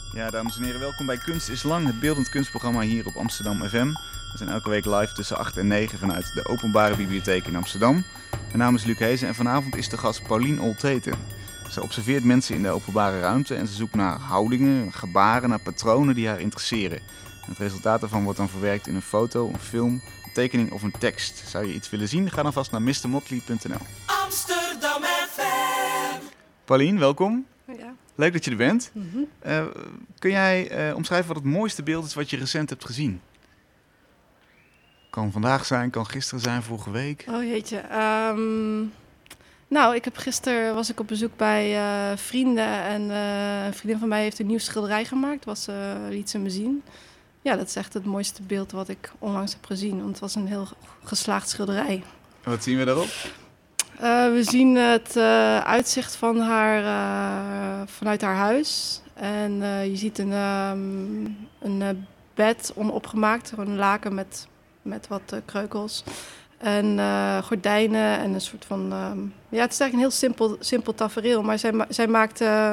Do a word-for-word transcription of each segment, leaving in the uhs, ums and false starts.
Ja, dames en heren, welkom bij Kunst is Lang, het beeldend kunstprogramma hier op Amsterdam F M. We zijn elke week live tussen acht en negen vanuit de Openbare Bibliotheek in Amsterdam. Mijn naam is Luc Hezen en vanavond is de gast Paulien Olteten. Ze observeert mensen in de openbare ruimte en ze zoekt naar houdingen, gebaren, naar patronen die haar interesseren. En het resultaat daarvan wordt dan verwerkt in een foto, een film, een tekening of een tekst. Zou je iets willen zien? Ga dan vast naar mister motley punt n l. Amsterdam F M. Paulien, welkom. Ja. Leuk dat je er bent. Mm-hmm. Uh, kun jij uh, omschrijven wat het mooiste beeld is wat je recent hebt gezien? Kan vandaag zijn, kan gisteren zijn, vorige week. Oh jeetje. Um, nou, ik heb gisteren was ik op bezoek bij uh, vrienden en uh, een vriendin van mij heeft een nieuw schilderij gemaakt. Was uh, liet ze me zien. Ja, dat is echt het mooiste beeld wat ik onlangs heb gezien. Want het was een heel geslaagd schilderij. En wat zien we daarop? Uh, we zien het uh, uitzicht van haar, uh, vanuit haar huis. En uh, je ziet een, um, een uh, bed onopgemaakt, een laken met, met wat uh, kreukels. En uh, gordijnen en een soort van... Um, ja, het is eigenlijk een heel simpel, simpel tafereel. Maar zij, ma- zij maakt... Uh,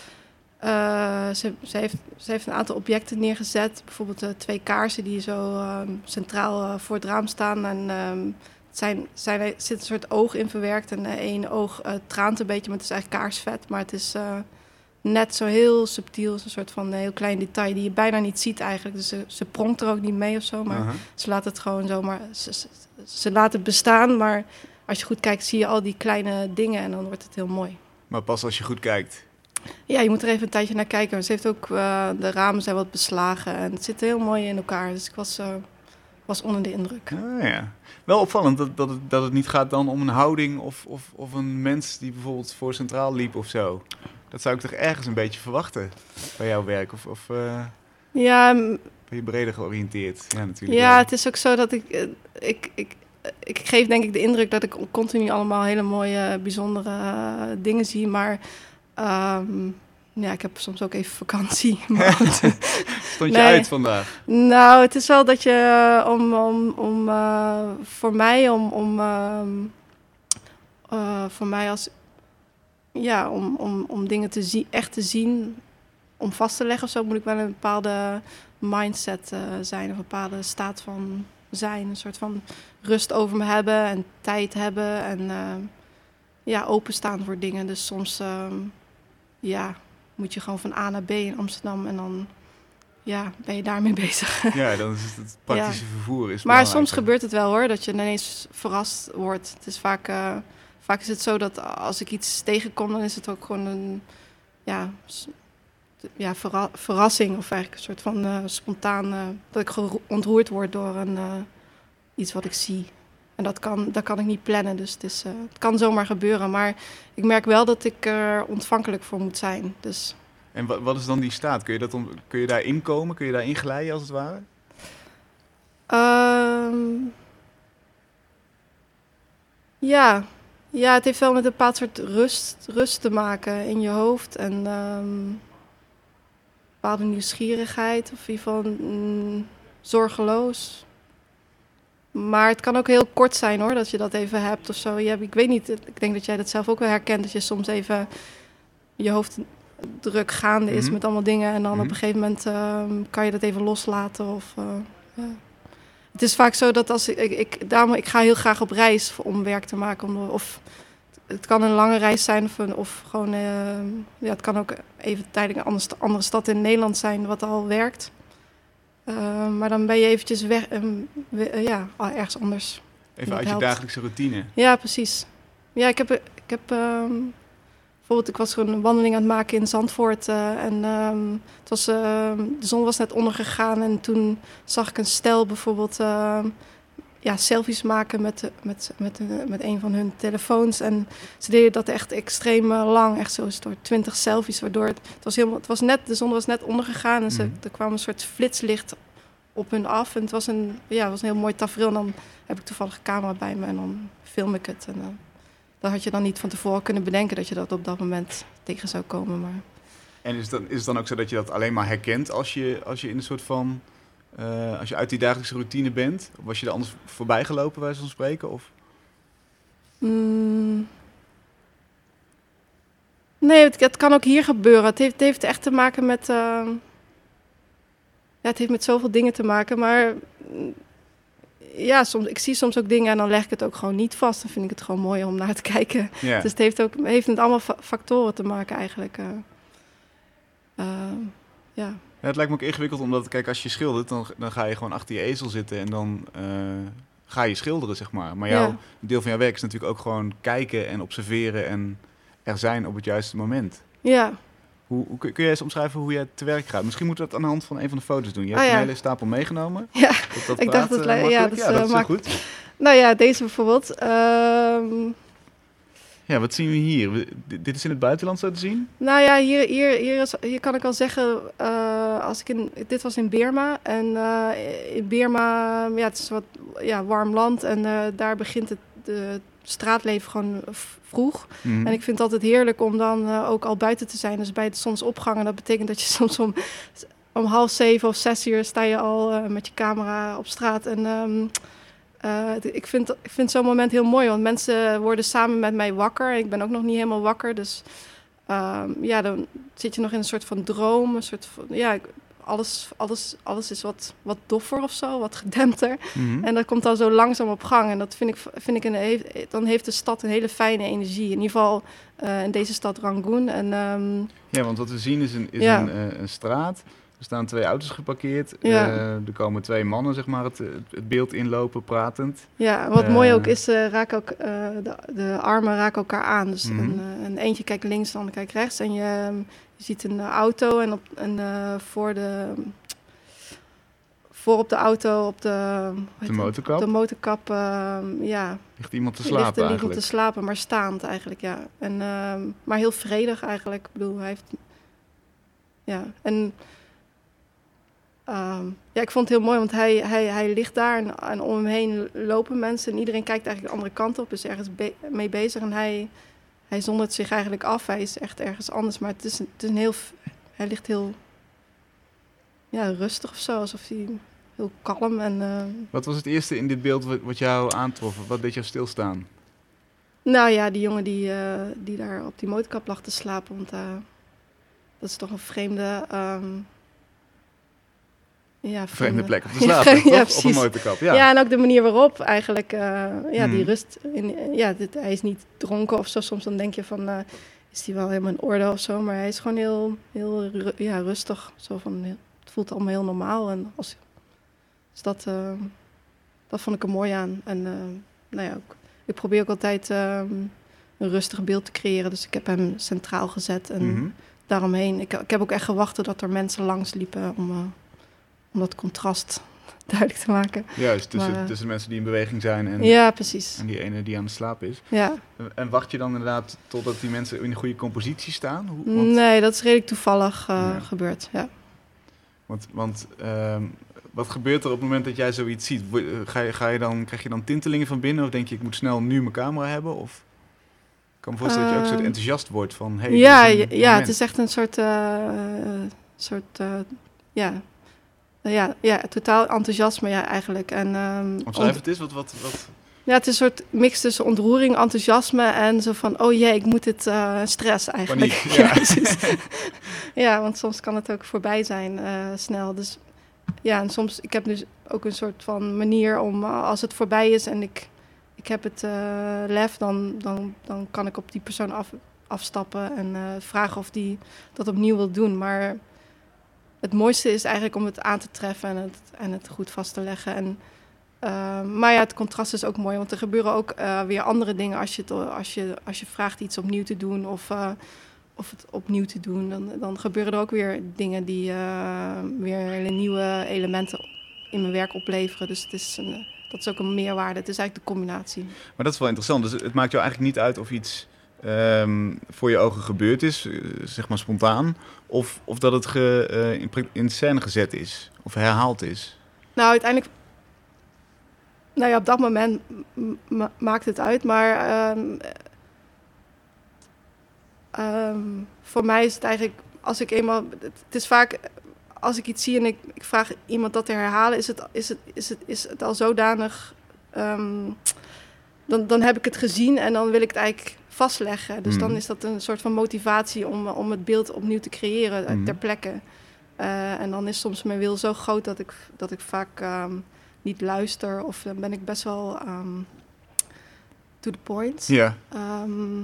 uh, ze, ze, heeft, ze heeft een aantal objecten neergezet. Bijvoorbeeld uh, twee kaarsen die zo uh, centraal uh, voor het raam staan. En... Um, Zijn, zijn, er zit een soort oog in verwerkt en één oog uh, traant een beetje, maar het is eigenlijk kaarsvet. Maar het is uh, net zo heel subtiel, een soort van heel klein detail die je bijna niet ziet eigenlijk. Dus ze, ze pronkt er ook niet mee of zo, maar uh-huh. ze laat het gewoon zomaar, ze, ze, ze laat het bestaan. Maar als je goed kijkt zie je al die kleine dingen en dan wordt het heel mooi. Maar pas als je goed kijkt? Ja, je moet er even een tijdje naar kijken. Ze heeft ook, uh, de ramen zijn wat beslagen en het zit heel mooi in elkaar. Dus ik was... Uh, was onder de indruk. Ah, ja. Wel opvallend dat, dat, het, dat het niet gaat dan om een houding of, of, of een mens die bijvoorbeeld voor centraal liep of zo. Dat zou ik toch ergens een beetje verwachten bij jouw werk? Of, of uh, ja, ben je breder georiënteerd? Ja, natuurlijk. Ja, wel. Het is ook zo dat ik, uh, ik, ik... Ik geef denk ik de indruk dat ik continu allemaal hele mooie, bijzondere uh, dingen zie. Maar... Um, Ja, ik heb soms ook even vakantie. Maar Stond je nee. uit vandaag? Nou, het is wel dat je om, om, om uh, voor mij om, om uh, uh, voor mij als ja, om, om, om dingen te zien, echt te zien, om vast te leggen of zo, moet ik wel een bepaalde mindset uh, zijn, een bepaalde staat van zijn, een soort van rust over me hebben en tijd hebben en uh, ja, openstaan voor dingen. Dus soms uh, ja. moet je gewoon van A naar B in Amsterdam en dan ja, ben je daarmee bezig. Ja, dan is het, het praktische ja. vervoer. Is maar soms gebeurt het wel hoor, dat je ineens verrast wordt. Het is vaak, uh, vaak is het zo dat als ik iets tegenkom, dan is het ook gewoon een ja, ja, verra- verrassing. Of eigenlijk een soort van uh, spontaan, uh, dat ik ontroerd word door een, uh, iets wat ik zie. En dat kan, dat kan ik niet plannen, dus het, is, uh, het kan zomaar gebeuren. Maar ik merk wel dat ik er ontvankelijk voor moet zijn. Dus. En wat, wat is dan die staat? Kun je, dat om, kun je daar inkomen? Kun je daar inglijden als het ware? Um, ja. ja, het heeft wel met een bepaald soort rust, rust te maken in je hoofd. En um, bepaalde nieuwsgierigheid of in ieder geval mm, zorgeloos. Maar het kan ook heel kort zijn hoor, dat je dat even hebt of zo. Je hebt, ik weet niet, ik denk dat jij dat zelf ook wel herkent. Dat je soms even je hoofd druk gaande is mm-hmm. met allemaal dingen. En dan mm-hmm. op een gegeven moment uh, kan je dat even loslaten. Of, uh, ja. Het is vaak zo dat als ik, ik, ik, daarom, ik ga heel graag op reis om werk te maken. Om, of het kan een lange reis zijn of, een, of gewoon, uh, ja, het kan ook even tijdelijk een andere, andere stad in Nederland zijn wat al werkt. Uh, maar dan ben je eventjes weg, um, we, uh, ja, ergens anders. Even uit je dagelijkse routine. Ja, precies. Ja, ik heb, ik heb um, bijvoorbeeld, ik was gewoon een wandeling aan het maken in Zandvoort. Uh, en um, het was, uh, de zon was net ondergegaan en toen zag ik een stel bijvoorbeeld uh, ja, selfies maken met, met, met, met, met een van hun telefoons. En ze deden dat echt extreem uh, lang, echt zo door twintig selfies, waardoor het, het was helemaal, het was net, de zon was net ondergegaan en ze, mm. er kwam een soort flitslicht op hun af. En het was een, ja, het was een heel mooi tafereel. En dan heb ik toevallig een camera bij me en dan film ik het. En uh, dat had je dan niet van tevoren kunnen bedenken dat je dat op dat moment tegen zou komen. Maar... En is, dan, is het dan ook zo dat je dat alleen maar herkent als je, als je in een soort van... Uh, als je uit die dagelijkse routine bent? Of was je er anders voorbij gelopen, bij zo'n spreken? Of? Mm. Nee, nee, het, het kan ook hier gebeuren. Het heeft, het heeft echt te maken met... Uh, ja, het heeft met zoveel dingen te maken. Maar ja, soms, ik zie soms ook dingen en dan leg ik het ook gewoon niet vast. Dan vind ik het gewoon mooi om naar te kijken. Ja. Dus het heeft ook heeft met allemaal fa- factoren te maken eigenlijk. Uh, uh, ja. Ja, het lijkt me ook ingewikkeld, omdat kijk, als je schildert, dan, dan ga je gewoon achter je ezel zitten en dan uh, ga je schilderen, zeg maar. Maar jouw, Ja. een deel van jouw werk is natuurlijk ook gewoon kijken en observeren en er zijn op het juiste moment. Ja. Hoe, hoe kun je eens omschrijven hoe je te werk gaat? Misschien moeten we dat aan de hand van een van de foto's doen. Je hebt Oh, ja. een hele stapel meegenomen. Ja, dat, dat ik praat, dacht dat... uh, le- ja, dat is, ja, dat uh, is maak- heel goed. Nou ja, deze bijvoorbeeld. Ehm Ja, wat zien we hier? We- dit, dit is in het buitenland zo te zien? Nou ja, hier, hier, hier, is, hier kan ik al zeggen, uh, als ik in, dit was in Birma. En uh, in Birma, ja, het is wat ja, warm land en uh, daar begint het de straatleven gewoon v- vroeg. Mm-hmm. En ik vind het altijd heerlijk om dan uh, ook al buiten te zijn. Dus bij het zonsopgang. En dat betekent dat je soms om, om half zeven of zes uur sta je al uh, met je camera op straat. En um, uh, ik vind, ik vind zo'n moment heel mooi. Want mensen worden samen met mij wakker. Ik ben ook nog niet helemaal wakker. Dus um, ja, dan zit je nog in een soort van droom. Een soort van, ja, alles, alles, alles is wat, wat doffer of zo. Wat gedempter. Mm-hmm. En dat komt dan zo langzaam op gang. En dat vind ik, vind ik een, dan heeft de stad een hele fijne energie. In ieder geval uh, in deze stad Rangoon. En, um, Ja, want wat we zien is een, is Ja. een, uh, een straat. Er staan twee auto's geparkeerd. Ja. Uh, er komen twee mannen, zeg maar, het, het beeld inlopen, pratend. ja, wat Uh, mooi ook is, uh, raken ook, uh, de, de armen raken elkaar aan. Dus Mhm. een, uh, een eentje kijkt links, de ander kijkt rechts. En je, um, je ziet een uh, auto en, op, en uh, voor de... Voor op de auto, op de, hoe heet De het? motorkap. Op de motorkap, uh, ja, Ligt iemand te ligt slapen er iemand eigenlijk. te slapen, maar staand eigenlijk, ja. En, uh, maar heel vredig eigenlijk. Ik bedoel, hij heeft... Ja, en... Um, ja, ik vond het heel mooi, want hij, hij, hij ligt daar en, en om hem heen lopen mensen. En iedereen kijkt eigenlijk de andere kant op, is ergens be- mee bezig. En hij, hij zondert zich eigenlijk af. Hij is echt ergens anders, maar het is een, het is een heel... Hij ligt heel... Ja, rustig of zo, alsof hij heel kalm en... Uh, Wat was het eerste in dit beeld wat, wat jou aantrof? Wat deed jou stilstaan? Nou ja, die jongen die, uh, die daar op die motorkap lag te slapen. Want uh, dat is toch een vreemde... Um, ja, Vreemde vreemde plek om te slapen, ja, toch? ja, Op een precies. motorkap, Ja. ja. ja, en ook de manier waarop eigenlijk... Uh, ja, die Hmm. rust... In, ja, dit, hij is niet dronken of zo. Soms dan denk je van... Uh, is hij wel helemaal in orde of zo? Maar hij is gewoon heel, heel ru- ja, rustig. Zo van, heel, het voelt allemaal heel normaal. En als, dus dat, uh, dat vond ik er mooi aan. En uh, nou ja, ook, ik probeer ook altijd uh, een rustig beeld te creëren. Dus ik heb hem centraal gezet en Mm-hmm. daaromheen. Ik, ik heb ook echt gewacht tot er mensen langs liepen om, uh, om dat contrast duidelijk te maken. Juist, tussen, Maar, uh, tussen mensen die in beweging zijn en, Ja, precies. en die ene die aan het slapen is. Ja. En wacht je dan inderdaad totdat die mensen in een goede compositie staan? Hoe, want, Nee, dat is redelijk toevallig uh, Ja. gebeurd. Ja. want, want um, wat gebeurt er op het moment dat jij zoiets ziet? Wo- Ga je, ga je dan, krijg je dan tintelingen van binnen? Of denk je, ik moet snel nu mijn camera hebben? Of ik kan me voorstellen dat je ook een soort Ehm, enthousiast wordt van... Hey, ja, dit is ja, een ja, moment. het is echt een soort... Uh, soort uh, ja. Uh, ja, ja, totaal enthousiasme ja, eigenlijk. En, um, Omschrijf ont- het eens, wat... wat, wat... Ja, het is een soort mix tussen ontroering, enthousiasme en zo van... oh jee, ik moet het uh, stress eigenlijk. Paniek, ja. precies. Ja, want soms kan het ook voorbij zijn uh, snel. Dus ja, en soms... Ik heb dus ook een soort van manier om... Uh, als het voorbij is en ik, ik heb het uh, lef... Dan, dan, dan kan ik op die persoon af, afstappen en uh, vragen of die dat opnieuw wil doen. Maar het mooiste is eigenlijk om het aan te treffen en het, en het goed vast te leggen. En, uh, maar ja, het contrast is ook mooi, want er gebeuren ook uh, weer andere dingen als je, het, als, je, als je vraagt iets opnieuw te doen of, uh, of het opnieuw te doen. Dan, dan gebeuren er ook weer dingen die uh, weer hele nieuwe elementen in mijn werk opleveren. Dus het is een, dat is ook een meerwaarde. Het is eigenlijk de combinatie. Maar dat is wel interessant. Dus het maakt jou eigenlijk niet uit of iets um, voor je ogen gebeurd is, uh, zeg maar spontaan, of, of dat het ge, uh, in, pre- in scène gezet is of herhaald is. Nou, uiteindelijk... Nou ja, op dat moment m- ma- maakt het uit, maar um, um, voor mij is het eigenlijk, als ik eenmaal, het, het is vaak, als ik iets zie en ik, ik vraag iemand dat te herhalen, is het, is het, is het, is het al zodanig, um, dan, dan heb ik het gezien en dan wil ik het eigenlijk vastleggen. Dus Mm. dan is dat een soort van motivatie om, om het beeld opnieuw te creëren Mm. ter plekke. Uh, en dan is soms mijn wil zo groot dat ik, dat ik vaak um, niet luister. Of dan ben ik best wel um, to the point. Ja. Um,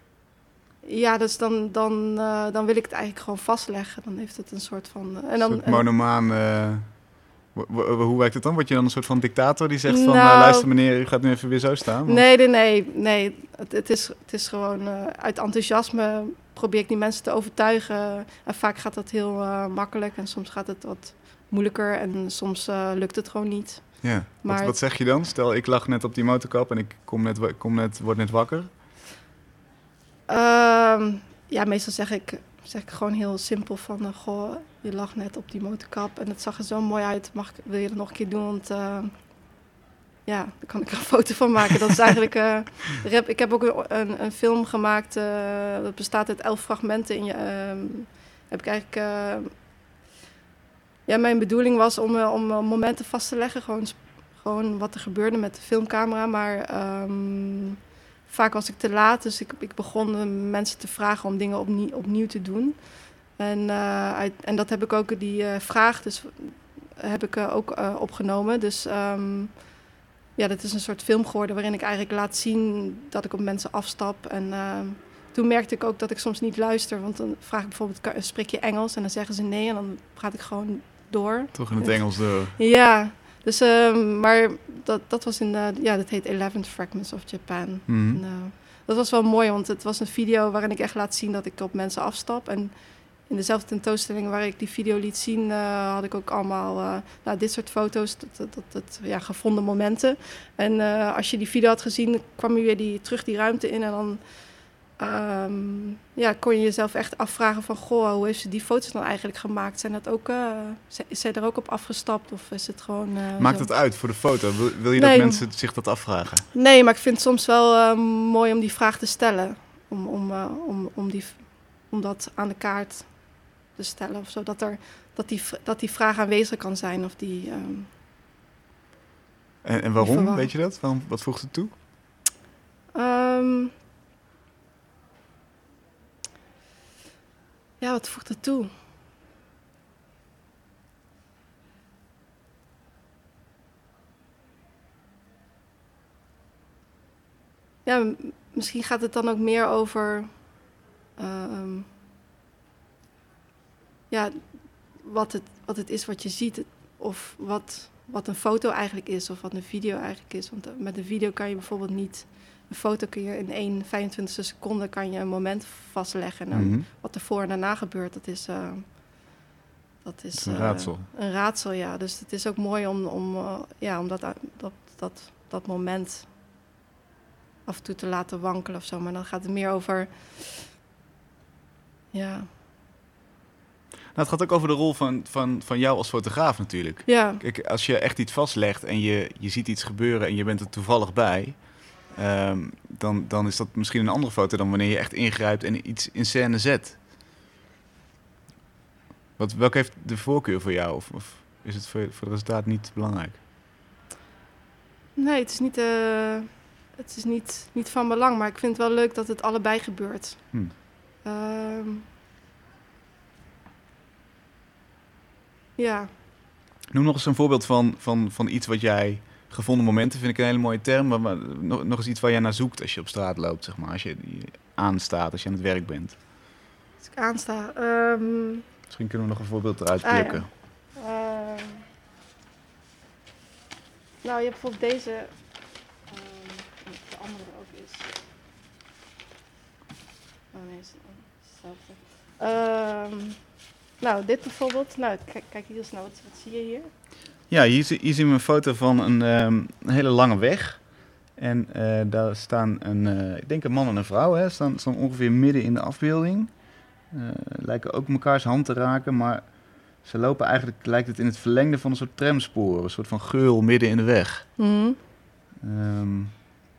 ja, dus dan, dan, uh, dan wil ik het eigenlijk gewoon vastleggen. Dan heeft het een soort van... Uh, en dan, een soort monomaan... Uh, w- w- hoe werkt het dan? Word je dan een soort van dictator die zegt van... Nou, uh, luister meneer, u gaat nu even weer zo staan? Want... Nee, nee, nee. nee. Het, het, is, het is gewoon uh, uit enthousiasme probeer ik die mensen te overtuigen. En vaak gaat dat heel uh, makkelijk en soms gaat het wat moeilijker en soms uh, lukt het gewoon niet. Ja, maar wat, wat zeg je dan? Stel, ik lag net op die motorkap en ik kom net, kom net, word net wakker. Uh, ja, meestal zeg ik, zeg ik gewoon heel simpel van... Uh, goh, je lag net op die motorkap en het zag er zo mooi uit. Mag, wil je dat nog een keer doen? Want uh, ja, daar kan ik er een foto van maken. Dat is eigenlijk... Uh, rap, ik heb ook een, een film gemaakt. Uh, dat bestaat uit elf fragmenten. In je, uh, heb ik eigenlijk... Uh, ja, mijn bedoeling was om, uh, om uh, momenten vast te leggen. Gewoon, gewoon wat er gebeurde met de filmcamera. Maar um, vaak was ik te laat. Dus ik, ik begon uh, mensen te vragen om dingen opnieuw, opnieuw te doen. En, uh, uit, en dat heb ik ook, die uh, vraag, dus heb ik uh, ook uh, opgenomen. Dus um, ja, dat is een soort film geworden waarin ik eigenlijk laat zien dat ik op mensen afstap. En uh, toen merkte ik ook dat ik soms niet luister. Want dan vraag ik bijvoorbeeld, spreek je Engels? En dan zeggen ze nee en dan praat ik gewoon door. Toch in het Engels door. Ja, dus, uh, maar dat, dat was in, de, ja, dat heet eleven Fragments of Japan. Mm-hmm. En, uh, dat was wel mooi, want het was een video waarin ik echt laat zien dat ik op mensen afstap. En in dezelfde tentoonstelling waar ik die video liet zien, uh, had ik ook allemaal uh, nou, dit soort foto's, dat, dat, dat, dat, ja, gevonden momenten. En uh, als je die video had gezien, kwam je weer die, terug die ruimte in en dan um, ja, kon je jezelf echt afvragen van, goh, hoe heeft ze die foto's dan eigenlijk gemaakt? Zijn dat ook, uh, is zij er ook op afgestapt of is het gewoon... Uh, Maakt zo? het uit voor de foto? Wil, wil je Nee. dat mensen zich dat afvragen? Nee, maar ik vind het soms wel uh, mooi om die vraag te stellen. Om, om, uh, om, om, die, om dat aan de kaart te stellen of zo. Dat, er, dat, die, dat die vraag aanwezig kan zijn. Of die, um, en, en waarom, weet je dat? Waarom, wat voegt het toe? Um, ja, wat voegt het toe? Ja, m- misschien gaat het dan ook meer over... Um, ja, wat het, wat het is wat je ziet. Of wat, wat een foto eigenlijk is. Of wat een video eigenlijk is. Want met een video kan je bijvoorbeeld niet... Een foto kun je in één vijfentwintigste seconde kan je een moment vastleggen. En dan Mm-hmm. wat er voor en daarna gebeurt, dat is... Uh, dat is Het is een uh, raadsel. Een raadsel, ja. Dus het is ook mooi om, om, uh, ja, om dat, dat, dat, dat moment af en toe te laten wankelen of zo. Maar dan gaat het meer over... Ja... Nou, het gaat ook over de rol van, van, van jou als fotograaf natuurlijk. Ja. Kijk, als je echt iets vastlegt en je, je ziet iets gebeuren en je bent er toevallig bij... Um, dan, dan is dat misschien een andere foto dan wanneer je echt ingrijpt en iets in scène zet. Wat, welke heeft de voorkeur voor jou? Of, of is het voor, voor het resultaat niet belangrijk? Nee, het is, niet, uh, het is niet, niet van belang. Maar ik vind het wel leuk dat het allebei gebeurt. Hmm. Um, ja. Noem nog eens een voorbeeld van, van, van iets wat jij... Gevonden momenten vind ik een hele mooie term. Maar, maar nog, nog eens iets waar jij naar zoekt als je op straat loopt, zeg maar. Als je, je aanstaat, als je aan het werk bent. Als ik aansta... Um, Misschien kunnen we nog een voorbeeld eruit ah, plukken. Ja. Uh, nou, je hebt bijvoorbeeld deze... Um, de andere er ook is... Oh nee, is hetzelfde. Um, nou, dit bijvoorbeeld. Nou, kijk, kijk hier eens naar. Wat, wat zie je hier? Ja, hier, hier zien we een foto van een, um, een hele lange weg. En uh, daar staan een, uh, ik denk een man en een vrouw, hè, staan, staan ongeveer midden in de afbeelding. Uh, lijken ook mekaars hand te raken, maar ze lopen eigenlijk, lijkt het in het verlengde van een soort tramspoor. Een soort van geul midden in de weg. Mm-hmm. Um,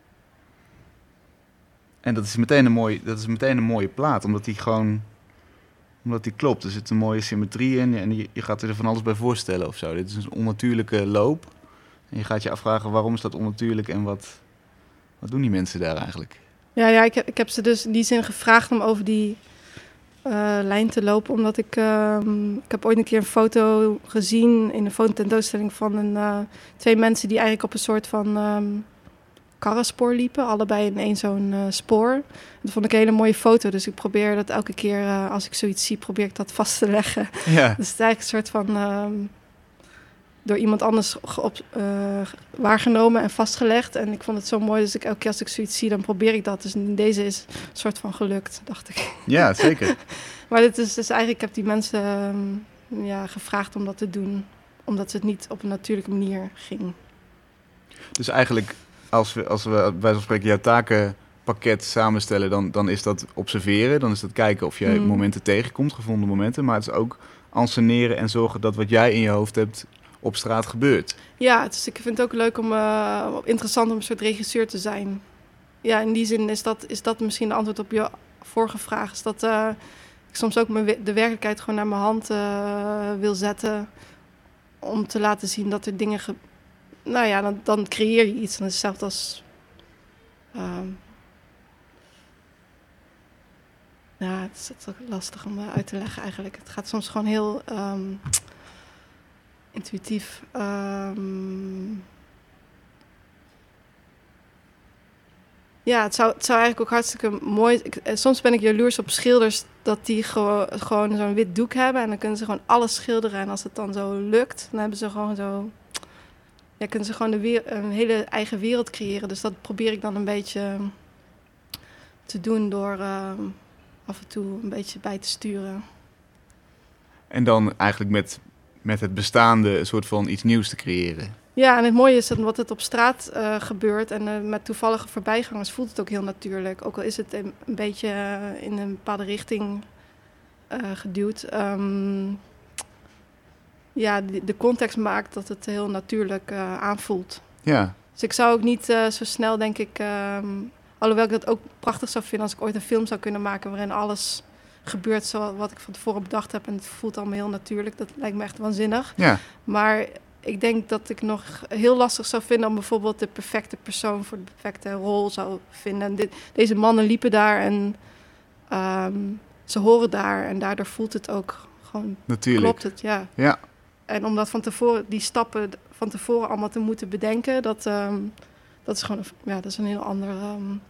en dat is, meteen een mooie, dat is meteen een mooie plaat, omdat die gewoon... Omdat die klopt. Er zit een mooie symmetrie in en je, je gaat er van alles bij voorstellen of zo. Dit is een onnatuurlijke loop. En je gaat je afvragen waarom is dat onnatuurlijk en wat, wat doen die mensen daar eigenlijk? Ja, ja ik, heb, ik heb ze dus in die zin gevraagd om over die uh, lijn te lopen. Omdat ik... Uh, ik heb ooit een keer een foto gezien in een fototentoonstelling van een, uh, twee mensen die eigenlijk op een soort van um, karrenspoor liepen. Allebei in één zo'n uh, spoor. Dat vond ik een hele mooie foto. Dus ik probeer dat elke keer, uh, als ik zoiets zie, probeer ik dat vast te leggen. Ja. Dus het is eigenlijk een soort van... Uh, door iemand anders geop, uh, waargenomen en vastgelegd. En ik vond het zo mooi, dus ik, elke keer als ik zoiets zie, dan probeer ik dat. Dus in deze is een soort van gelukt, dacht ik. Ja, zeker. Maar dit is dus eigenlijk, ik heb die mensen um, ja, gevraagd om dat te doen. Omdat het niet op een natuurlijke manier ging. Dus eigenlijk, als we, als we bij wijze van spreken jouw takenpakket samenstellen, dan, dan is dat observeren. Dan is dat kijken of je mm. momenten tegenkomt, gevonden momenten. Maar het is ook anseneren en zorgen dat wat jij in je hoofd hebt op straat gebeurt. Ja, dus ik vind het ook leuk om uh, interessant om een soort regisseur te zijn. Ja, in die zin is dat, is dat misschien de antwoord op je vorige vraag. Is dat uh, ik soms ook mijn, de werkelijkheid gewoon naar mijn hand uh, wil zetten. Om te laten zien dat er dingen... Ge- nou ja, dan, dan creëer je iets. En dat is hetzelfde als... Uh, ja, het is, het is ook lastig om uit te leggen eigenlijk. Het gaat soms gewoon heel... Um, intuïtief. Um, ja, het zou, het zou eigenlijk ook hartstikke mooi... Ik, soms ben ik jaloers op schilders dat die gewo- gewoon zo'n wit doek hebben. En dan kunnen ze gewoon alles schilderen. En als het dan zo lukt, dan hebben ze gewoon zo... Ja, kunnen ze gewoon de weer, een hele eigen wereld creëren. Dus dat probeer ik dan een beetje te doen door uh, af en toe een beetje bij te sturen. En dan eigenlijk met... met het bestaande een soort van iets nieuws te creëren. Ja, en het mooie is dat wat het op straat uh, gebeurt en uh, met toevallige voorbijgangers voelt het ook heel natuurlijk. Ook al is het een, een beetje uh, in een bepaalde richting uh, geduwd. Um, ja, de, de context maakt dat het heel natuurlijk uh, aanvoelt. Ja. Dus ik zou ook niet uh, zo snel, denk ik... Um, alhoewel ik dat ook prachtig zou vinden als ik ooit een film zou kunnen maken waarin alles... gebeurt zoals wat ik van tevoren bedacht heb en het voelt allemaal heel natuurlijk. Dat lijkt me echt waanzinnig. Ja. Maar ik denk dat ik nog heel lastig zou vinden om bijvoorbeeld de perfecte persoon voor de perfecte rol zou vinden. En dit, deze mannen liepen daar en um, ze horen daar en daardoor voelt het ook gewoon... Natuurlijk. Klopt het, ja. Ja. En om dat van tevoren, die stappen van tevoren allemaal te moeten bedenken, dat, um, dat is gewoon ja, dat is een heel ander... Um,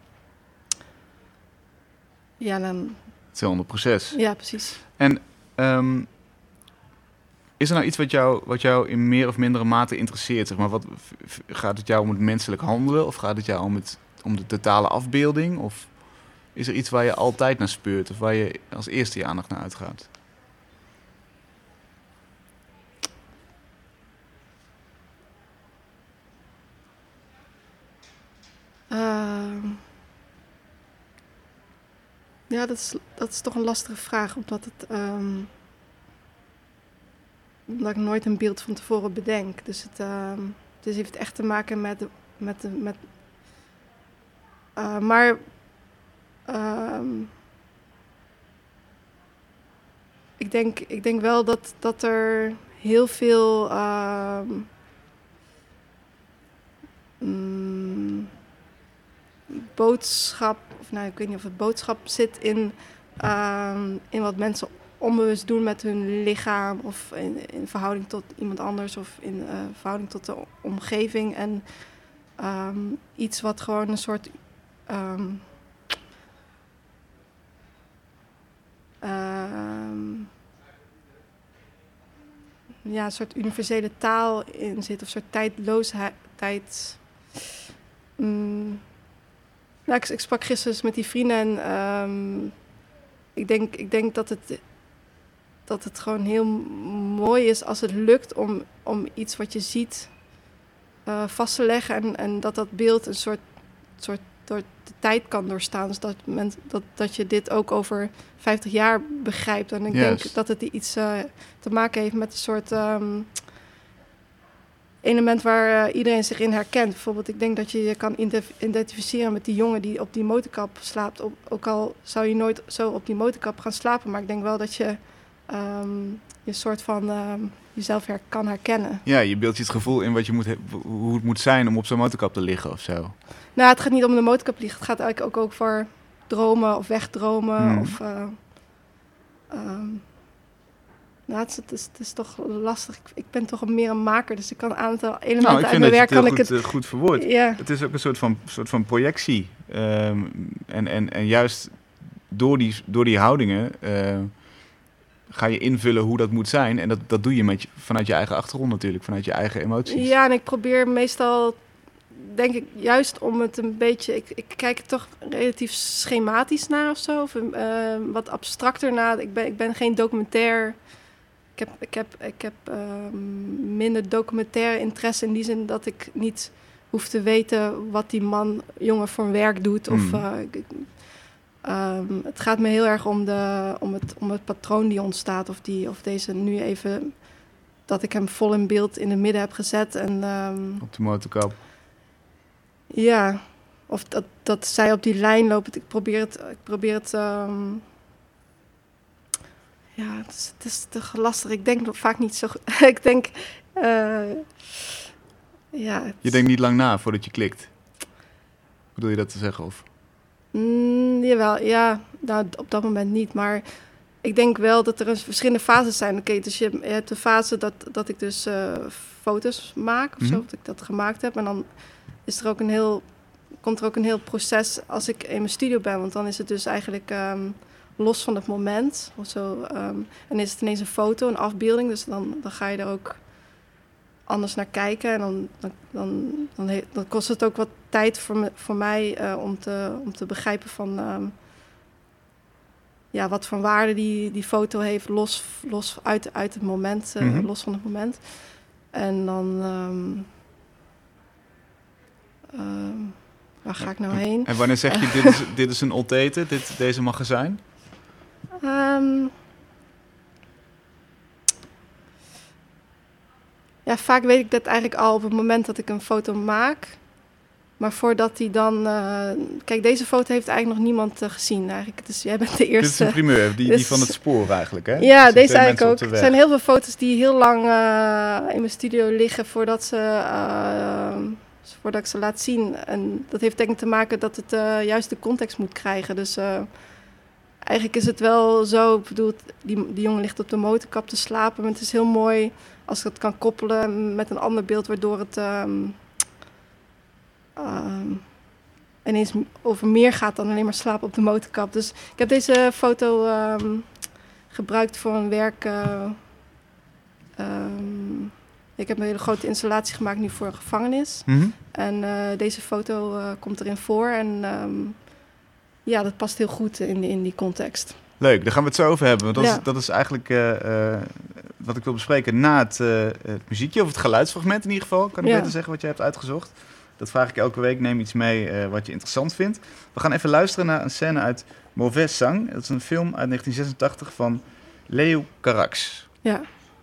ja, dan... Het is een ander proces. Ja, precies. En um, is er nou iets wat jou, wat jou in meer of mindere mate interesseert? Zeg maar, wat, f- gaat het jou om het menselijk handelen? Of gaat het jou om, het, om de totale afbeelding? Of is er iets waar je altijd naar speurt? Of waar je als eerste je aandacht naar uitgaat? Uh... Ja, dat is, dat is toch een lastige vraag, omdat het um, omdat ik nooit een beeld van tevoren bedenk. Dus het, um, dus heeft echt te maken met... De, met, de, met uh, maar... Um, ik, denk, ik denk wel dat, dat er heel veel... Um, mm, boodschap... Of nou, ik weet niet of het boodschap zit in, uh, in wat mensen onbewust doen met hun lichaam. Of in, in verhouding tot iemand anders. Of in uh, verhouding tot de omgeving. En um, iets wat gewoon een soort... Um, um, ja, een soort universele taal in zit. Of een soort tijdloosheid... Tijd, um, Nou, ik, ik sprak gisteren met die vrienden en um, ik, denk, ik denk dat het, dat het gewoon heel mooi is als het lukt om, om iets wat je ziet uh, vast te leggen en, en dat dat beeld een soort, soort door de tijd kan doorstaan. Dus dat, men, dat, dat je dit ook over vijftig jaar begrijpt. En ik yes. denk dat het iets uh, te maken heeft met een soort... Um, element waar uh, iedereen zich in herkent. Bijvoorbeeld, ik denk dat je je kan identificeren met die jongen die op die motorkap slaapt. Op, ook al zou je nooit zo op die motorkap gaan slapen. Maar ik denk wel dat je um, je soort van um, jezelf her- kan herkennen. Ja, je beeldt je het gevoel in wat je moet he- hoe het moet zijn om op zo'n motorkap te liggen of zo. Nou, het gaat niet om de motorkap liggen. Het gaat eigenlijk ook over dromen of wegdromen. Hmm. Of, uh, um, nou, het is, het, is, het is toch lastig. Ik, ik ben toch een, meer een maker, dus ik kan een aantal elementen Nou, ik uit vind mijn dat je werk... het heel kan goed, ik uh, goed verwoord. Ja. Het is ook een soort van, soort van projectie. Um, en, en, en juist door die, door die houdingen uh, ga je invullen hoe dat moet zijn. En dat, dat doe je met je, vanuit je eigen achtergrond natuurlijk, vanuit je eigen emoties. Ja, en ik probeer meestal, denk ik, juist om het een beetje... Ik, ik kijk er toch relatief schematisch naar of zo. Of uh, wat abstracter naar. Ik ben, ik ben geen documentair... Ik heb, ik heb, ik heb uh, minder documentaire interesse in die zin dat ik niet hoef te weten wat die man, jongen, voor een werk doet. Mm. Of, uh, ik, um, het gaat me heel erg om, de, om, het, om het patroon die ontstaat. Of, die, of deze nu even, dat ik hem vol in beeld in het midden heb gezet. En, um, op de motorkap. Ja, of dat, dat zij op die lijn lopen. Ik probeer het... Ik probeer het um, Ja, het is, het is te lastig. Ik denk nog vaak niet zo goed. ik denk... Uh, ja, het... Je denkt niet lang na voordat je klikt. Bedoel je dat te zeggen? Of? Mm, jawel, ja. Nou, op dat moment niet. Maar ik denk wel dat er een verschillende fases zijn. Oké, okay, dus je, je hebt de fase dat, dat ik dus uh, foto's maak. Of mm-hmm. zo, dat ik dat gemaakt heb. En dan is er ook een heel, komt er ook een heel proces als ik in mijn studio ben. Want dan is het dus eigenlijk... Um, los van het moment of zo. Um, en is het ineens een foto, een afbeelding. Dus dan, dan ga je er ook anders naar kijken. En dan, dan, dan, dan, he, dan kost het ook wat tijd voor, me, voor mij uh, om, te, om te begrijpen van... Um, ja, wat voor waarde die, die foto heeft, los, los uit, uit het moment. Uh, mm-hmm. Los van het moment. En dan... Um, um, waar ga ik nou heen? En wanneer zeg je, dit is, dit is een Oltete, dit, deze mag er zijn? Um, ja, vaak weet ik dat eigenlijk al op het moment dat ik een foto maak. Maar voordat die dan... Uh, kijk, deze foto heeft eigenlijk nog niemand uh, gezien eigenlijk. Dus jij bent de eerste. Dit is een primeur, die, dus, die van het spoor eigenlijk, hè? Ja, dus deze eigenlijk ook. Er zijn heel veel foto's die heel lang uh, in mijn studio liggen voordat ze... Uh, voordat ik ze laat zien. En dat heeft denk ik te maken dat het uh, juist de context moet krijgen. Dus... Uh, Eigenlijk is het wel zo, ik bedoel, die, die jongen ligt op de motorkap te slapen. Maar het is heel mooi als ik het kan koppelen met een ander beeld, waardoor het um, um, ineens over meer gaat dan alleen maar slapen op de motorkap. Dus ik heb deze foto um, gebruikt voor een werk. Uh, um, ik heb een hele grote installatie gemaakt nu voor een gevangenis. Mm-hmm. En uh, deze foto uh, komt erin voor en... Um, Ja, dat past heel goed in, in die context. Leuk, daar gaan we het zo over hebben. Want dat, ja. is, dat is eigenlijk uh, uh, wat ik wil bespreken na het, uh, het muziekje, of het geluidsfragment in ieder geval. Kan ik ja. beter zeggen wat je hebt uitgezocht. Dat vraag ik elke week. Neem iets mee uh, wat je interessant vindt. We gaan even luisteren naar een scène uit Mauvais Sang. Dat is een film uit negentien zesentachtig van Leo Carax. Ja.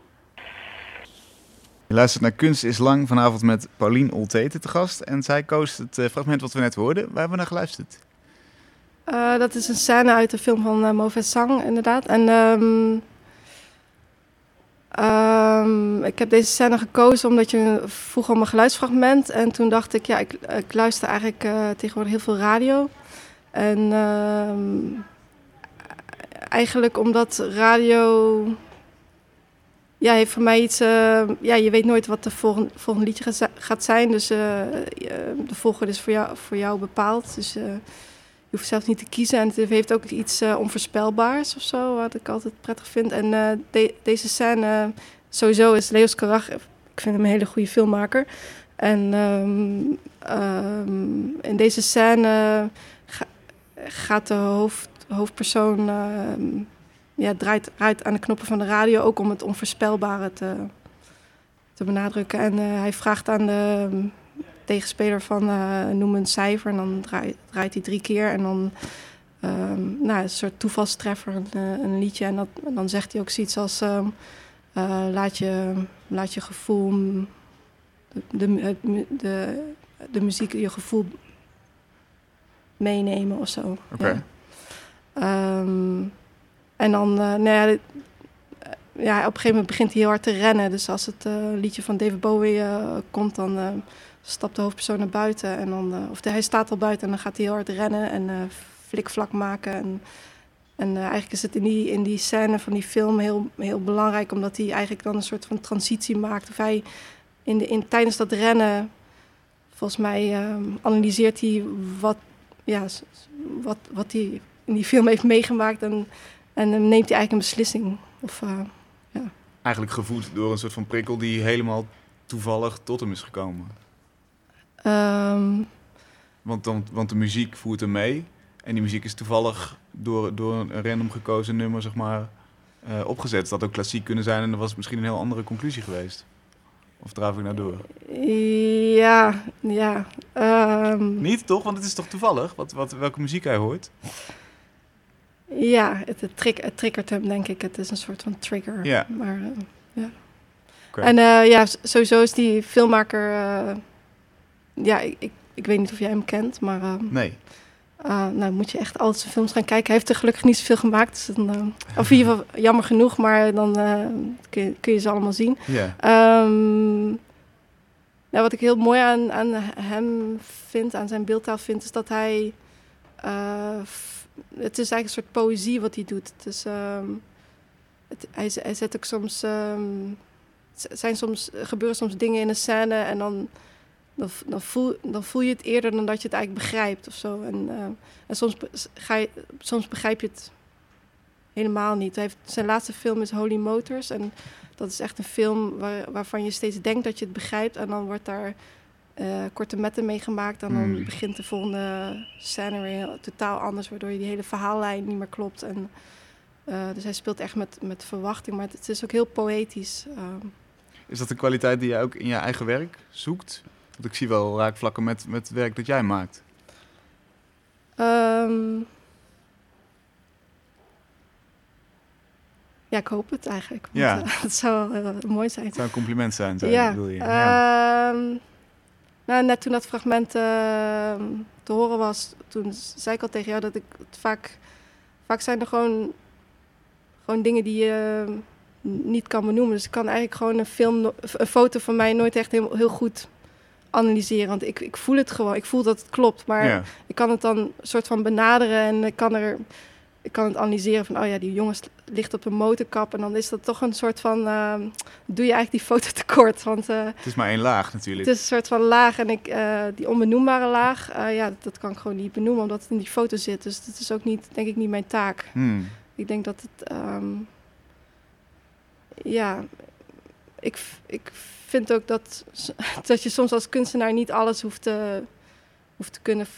Je luistert naar Kunst is Lang, vanavond met Pauline Oltete te gast. En zij koos het uh, fragment wat we net hoorden. Waar hebben we naar geluisterd? Uh, dat is een scène uit de film van uh, Mauvais Sang, inderdaad. En um, um, ik heb deze scène gekozen omdat je vroeg om een geluidsfragment. En toen dacht ik, ja, ik, ik luister eigenlijk uh, tegenwoordig heel veel radio. En uh, eigenlijk omdat radio... Ja, heeft voor mij iets... Uh, ja, je weet nooit wat de volgende, volgende liedje ga, gaat zijn. Dus uh, de volgorde is voor jou, voor jou bepaald. Dus... Uh, Je hoeft zelf niet te kiezen en het heeft ook iets uh, onvoorspelbaars of zo, wat ik altijd prettig vind. En uh, de, deze scène, uh, sowieso is Leos Carax, ik vind hem een hele goede filmmaker. En um, um, in deze scène ga, gaat de hoofd, hoofdpersoon, uh, ja, draait, draait aan de knoppen van de radio, ook om het onvoorspelbare te, te benadrukken. En uh, hij vraagt aan de... Um, tegenspeler van uh, noem een cijfer en dan draait, draait hij drie keer en dan um, nou, een soort toevalstreffer, een, een liedje en, dat, en dan zegt hij ook zoiets als um, uh, laat, je, laat je gevoel de, de, de, de muziek je gevoel meenemen of zo. Oké. Okay. Ja. Um, en dan uh, nou ja, ja, op een gegeven moment begint hij heel hard te rennen. Dus als het uh, liedje van David Bowie uh, komt, dan uh, stapt de hoofdpersoon naar buiten. En dan, uh, of de, hij staat al buiten en dan gaat hij heel hard rennen en uh, flikvlak maken. En, en uh, eigenlijk is het in die, in die scène van die film heel, heel belangrijk, omdat hij eigenlijk dan een soort van transitie maakt. Of hij in de, in, tijdens dat rennen, volgens mij uh, analyseert hij wat, ja, wat, wat hij in die film heeft meegemaakt. En, en dan neemt hij eigenlijk een beslissing. Of, uh, ja. Eigenlijk gevoed door een soort van prikkel die helemaal toevallig tot hem is gekomen. Um, want, dan, want de muziek voert hem mee. En die muziek is toevallig door, door een random gekozen nummer, zeg maar, uh, opgezet. Dat had ook klassiek kunnen zijn en dat was misschien een heel andere conclusie geweest. Of draaf ik nou door? Ja, ja. Um, Niet, toch? Want het is toch toevallig wat, wat, welke muziek hij hoort? Ja, het, het, trick, het triggert hem, denk ik. Het is een soort van trigger. Ja. Maar, uh, ja. Okay. En uh, ja, sowieso is die filmmaker... Uh, ja, ik, ik, ik weet niet of jij hem kent, maar... Uh, nee. Uh, nou, moet je echt altijd zijn films gaan kijken. Hij heeft er gelukkig niet zoveel gemaakt. Dus dan, uh, of in ieder geval jammer genoeg, maar dan uh, kun, je, kun je ze allemaal zien. Yeah. Um, nou, wat ik heel mooi aan, aan hem vind, aan zijn beeldtaal vind, is dat hij... Uh, f- het is eigenlijk een soort poëzie wat hij doet. Het is, um, het, hij, hij zet ook soms... Um, zijn soms, gebeuren soms dingen in een scène en dan... Dan, dan, voel, dan voel je het eerder dan dat je het eigenlijk begrijpt of zo. En, uh, en soms, ga je, soms begrijp je het helemaal niet. Hij heeft, zijn laatste film is Holy Motors. En dat is echt een film waar, waarvan je steeds denkt dat je het begrijpt. En dan wordt daar uh, korte metten mee gemaakt. En dan mm. begint de volgende scène weer heel, totaal anders. Waardoor je die hele verhaallijn niet meer klopt. En, uh, dus hij speelt echt met, met verwachting. Maar het, het is ook heel poëtisch. Uh. Is dat een kwaliteit die je ook in je eigen werk zoekt? Want ik zie wel raakvlakken met, met het werk dat jij maakt. Um, ja, ik hoop het eigenlijk. Want, ja. uh, het zou uh, mooi zijn. Het zou een compliment zijn, zou ja. bedoel je. Ja. Um, nou, net toen dat fragment uh, te horen was, toen zei ik al tegen jou dat ik het vaak... Vaak zijn er gewoon, gewoon dingen die je uh, niet kan benoemen. Dus ik kan eigenlijk gewoon een film, een foto van mij nooit echt heel, heel goed... analyseren, want ik, ik voel het gewoon. Ik voel dat het klopt, maar ja. ik kan het dan een soort van benaderen en ik kan, er, ik kan het analyseren van, oh ja, die jongen ligt op een motorkap en dan is dat toch een soort van, uh, doe je eigenlijk die foto tekort. Want, uh, het is maar één laag natuurlijk. Het is een soort van laag en ik, uh, die onbenoembare laag, uh, ja, dat kan ik gewoon niet benoemen omdat het in die foto zit. Dus dat is ook niet, denk ik, niet mijn taak. Hmm. Ik denk dat het, um, ja, ik, ik vind ook dat, dat je soms als kunstenaar niet alles hoeft te, hoeft te kunnen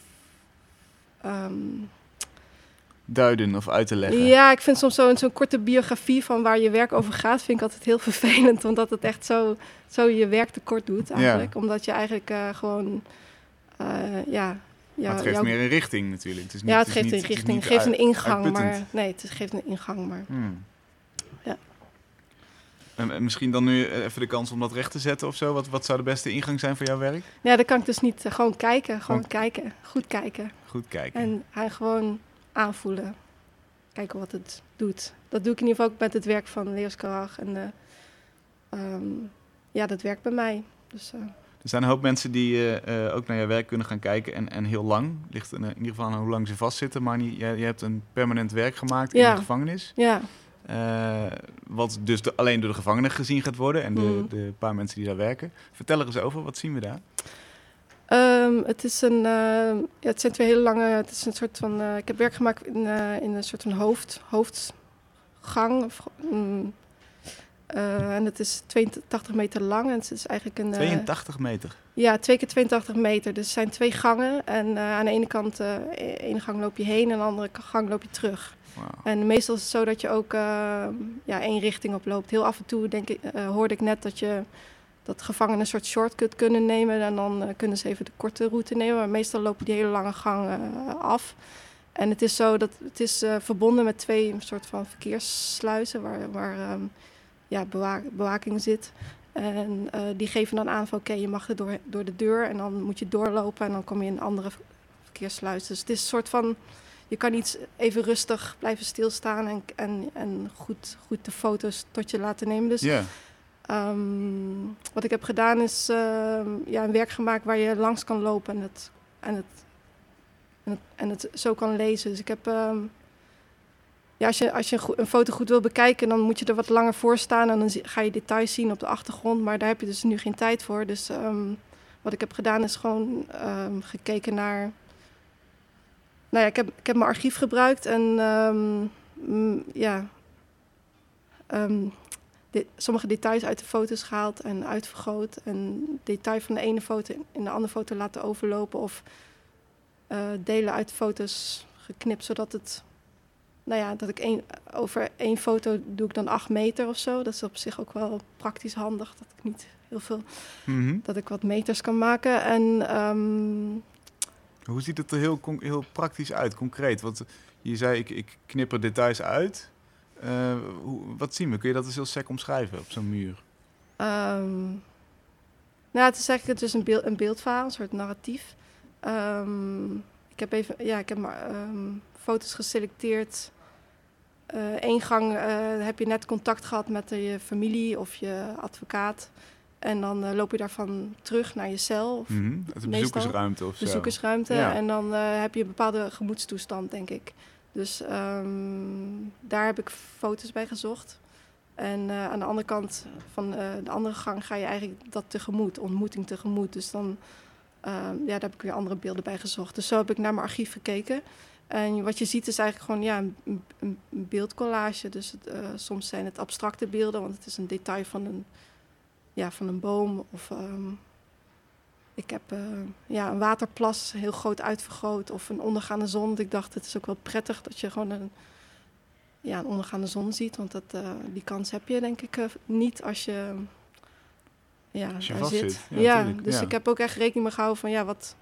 um, duiden of uit te leggen. Ja, ik vind soms zo'n zo'n korte biografie van waar je werk over gaat, vind ik altijd heel vervelend, omdat het echt zo, zo je werk tekort doet eigenlijk. Ja. Omdat je eigenlijk uh, gewoon, uh, ja... Ja, maar het geeft jou... meer een richting natuurlijk. Het is niet, ja, het, het geeft niet, een richting, het geeft uit, een ingang, uitputtend. maar nee, het geeft een ingang, maar hmm. ja. En, en misschien dan nu even de kans om dat recht te zetten of zo. Wat, wat zou de beste ingang zijn voor jouw werk? Ja, dan kan ik dus niet uh, gewoon kijken, gewoon Goed. kijken, goed kijken. Goed kijken. En hij gewoon aanvoelen, kijken wat het doet. Dat doe ik in ieder geval ook met het werk van Leos Carax en uh, um, ja, dat werkt bij mij. Dus, uh, er zijn een hoop mensen die uh, uh, ook naar jouw werk kunnen gaan kijken en, en heel lang. Ligt in, in ieder geval aan hoe lang ze vastzitten. Maar je, je hebt een permanent werk gemaakt ja. in de gevangenis. Ja. Uh, wat dus de, alleen door de gevangenen gezien gaat worden en de, mm. de paar mensen die daar werken. Vertel er eens over, wat zien we daar? Um, het is een, uh, ja, het zijn twee hele lange, het is een soort van, uh, ik heb werk gemaakt in, uh, in een soort van hoofd, hoofdgang. Of, um, uh, en het is tweeëntachtig meter lang en het is eigenlijk een... Uh, tweeëntachtig meter? Ja, twee keer tweeëntachtig meter. Dus het zijn twee gangen en uh, aan de ene kant, uh, de ene gang loop je heen en aan de andere gang loop je terug. Wow. En meestal is het zo dat je ook uh, ja, één richting op loopt. Heel af en toe denk ik, uh, hoorde ik net dat je dat gevangenen een soort shortcut kunnen nemen. En dan uh, kunnen ze even de korte route nemen. Maar meestal lopen die hele lange gang uh, af. En het is zo dat het is uh, verbonden met twee soort van verkeerssluizen waar, waar um, ja, bewa- bewaking zit. En uh, die geven dan aan van oké, okay, je mag er door, door de deur en dan moet je doorlopen en dan kom je in een andere verkeerssluis. Dus het is een soort van... je kan niet even rustig blijven stilstaan en, en, en goed, goed de foto's tot je laten nemen. Dus Ja. um, wat ik heb gedaan is uh, ja, een werk gemaakt waar je langs kan lopen en het, en het, en het, en het zo kan lezen. Dus ik heb... Um, Ja, als je, als je een, go- een foto goed wil bekijken, dan moet je er wat langer voor staan en dan zie- ga je details zien op de achtergrond. Maar daar heb je dus nu geen tijd voor. Dus um, wat ik heb gedaan is gewoon um, gekeken naar... Nou ja, ik heb, ik heb mijn archief gebruikt en um, mm, ja, um, de, sommige details uit de foto's gehaald en uitvergroot. En detail van de ene foto in de andere foto laten overlopen of uh, delen uit de foto's geknipt, zodat het... Nou ja, dat ik één, over één foto doe ik dan acht meter of zo. Dat is op zich ook wel praktisch handig. Dat ik niet heel veel... Mm-hmm. Dat ik wat meters kan maken. En... Um, Hoe ziet het er heel, con- heel praktisch uit, concreet? Want je zei, ik, ik knip er details uit. Uh, hoe, wat zien we? Kun je dat eens heel sec omschrijven op zo'n muur? Um, nou, het is eigenlijk dus een, beeld, een beeldverhaal, een soort narratief. Um, ik heb even... Ja, ik heb maar... Um, foto's geselecteerd. Eén uh, gang uh, heb je net contact gehad met uh, je familie of je advocaat. En dan uh, loop je daarvan terug naar je cel. Of mm-hmm. Uit de bezoekersruimte of zo. Bezoekersruimte. Ja. En dan uh, heb je een bepaalde gemoedstoestand, denk ik. Dus um, daar heb ik foto's bij gezocht. En uh, aan de andere kant van uh, de andere gang ga je eigenlijk dat tegemoet, ontmoeting tegemoet. Dus dan uh, ja, daar heb ik weer andere beelden bij gezocht. Dus zo heb ik naar mijn archief gekeken. En wat je ziet is eigenlijk gewoon ja, een, een, een beeldcollage. Dus het, uh, soms zijn het abstracte beelden, want het is een detail van een, ja, van een boom. Of um, ik heb uh, ja, een waterplas heel groot uitvergroot of een ondergaande zon. Want ik dacht, het is ook wel prettig dat je gewoon een, ja, een ondergaande zon ziet. Want dat, uh, die kans heb je denk ik uh, niet als je, ja, als je daar vast zit. zit. Ja, ja, dus ja. ik heb ook echt rekening mee gehouden van ja, wat...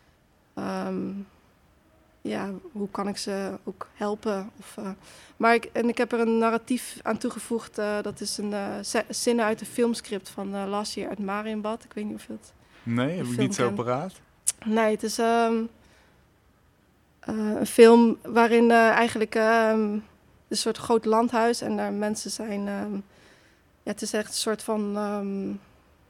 Um, Ja, hoe kan ik ze ook helpen? Of, uh, maar ik, en ik heb er een narratief aan toegevoegd. Uh, dat is een uh, z- zinnen uit een filmscript van uh, Last Year uit Marienbad. Ik weet niet of je het... Nee, heb ik niet zo paraat. Nee, het is um, uh, een film waarin uh, eigenlijk um, een soort groot landhuis en daar mensen zijn... Um, ja, het is echt een soort van... Um,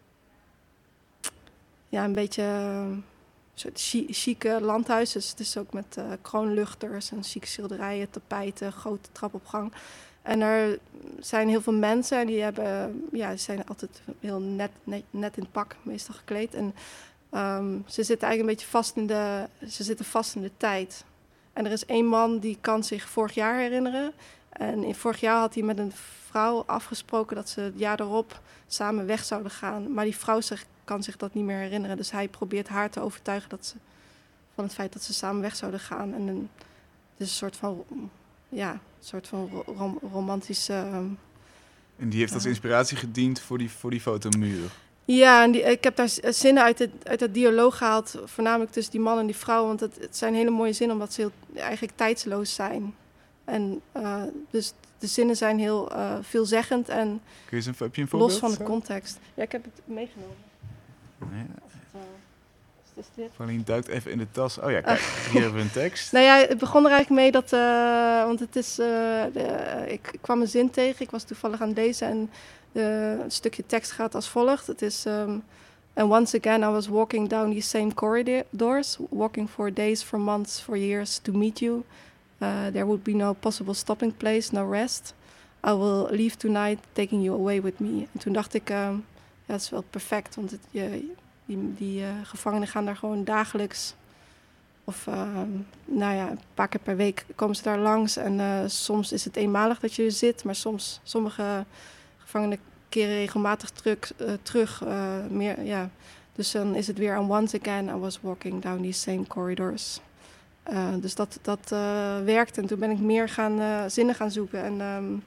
ja, een beetje... Uh, Een soort chique landhuis. Dus het is ook met uh, kroonluchters en chique schilderijen, tapijten, grote trapopgang. En er zijn heel veel mensen en die hebben, ja, ze zijn altijd heel net, net, net in het pak, meestal gekleed. En um, ze zitten eigenlijk een beetje vast in de, ze zitten vast in de tijd. En er is één man die kan zich vorig jaar herinneren. En in vorig jaar had hij met een vrouw afgesproken dat ze het jaar erop samen weg zouden gaan. Maar die vrouw zich kan zich dat niet meer herinneren. Dus hij probeert haar te overtuigen dat ze, van het feit dat ze samen weg zouden gaan. En een, het is een soort van, ja, een soort van rom, romantische... Um, en die heeft als inspiratie gediend voor die, voor die fotomuur? Ja, en die, ik heb daar zinnen uit het, uit het dialoog gehaald, voornamelijk tussen die man en die vrouw. Want het, het zijn hele mooie zinnen, omdat ze heel, eigenlijk tijdsloos zijn. En uh, dus de zinnen zijn heel uh, veelzeggend en Kun je eens een, heb je een voorbeeld? los van de zo? context. Ja, ik heb het meegenomen. Nee. Uh, is dit? Paulien duikt even in de tas. Oh ja, kijk, uh. hier hebben we een tekst. Nou ja, het begon er eigenlijk mee dat, uh, want het is, uh, de, ik, ik kwam een zin tegen, ik was toevallig aan het lezen en de, een stukje tekst gaat als volgt. Het is, um, and once again I was walking down these same corridors, walking for days, for months, for years to meet you. Uh, there would be no possible stopping place, no rest. I will leave tonight, taking you away with me. En toen dacht ik, um, ja, dat is wel perfect, want het, je, die, die uh, gevangenen gaan daar gewoon dagelijks, of uh, nou ja, een paar keer per week komen ze daar langs. En uh, soms is het eenmalig dat je er zit, maar soms, sommige gevangenen keren regelmatig terug. Uh, terug uh, meer, ja. Dus dan is het weer, and once again I was walking down these same corridors. Uh, dus dat, dat uh, werkte en toen ben ik meer gaan uh, zinnen gaan zoeken. En um,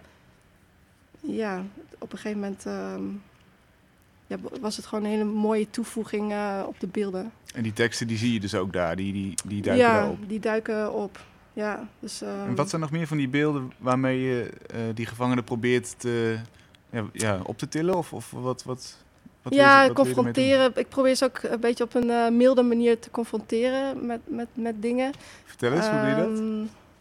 ja, op een gegeven moment um, ja, was het gewoon een hele mooie toevoeging uh, op de beelden. En die teksten die zie je dus ook daar, die, die, die duiken ja, daarop. Ja, die duiken op. Ja, dus, um, en wat zijn nog meer van die beelden waarmee je uh, die gevangenen probeert te, ja, ja, op te tillen? Of, of wat... wat Wat ja, je, wat confronteren. Ik probeer ze ook een beetje op een uh, milde manier te confronteren met, met, met dingen. Vertel eens, um, hoe doe je dat?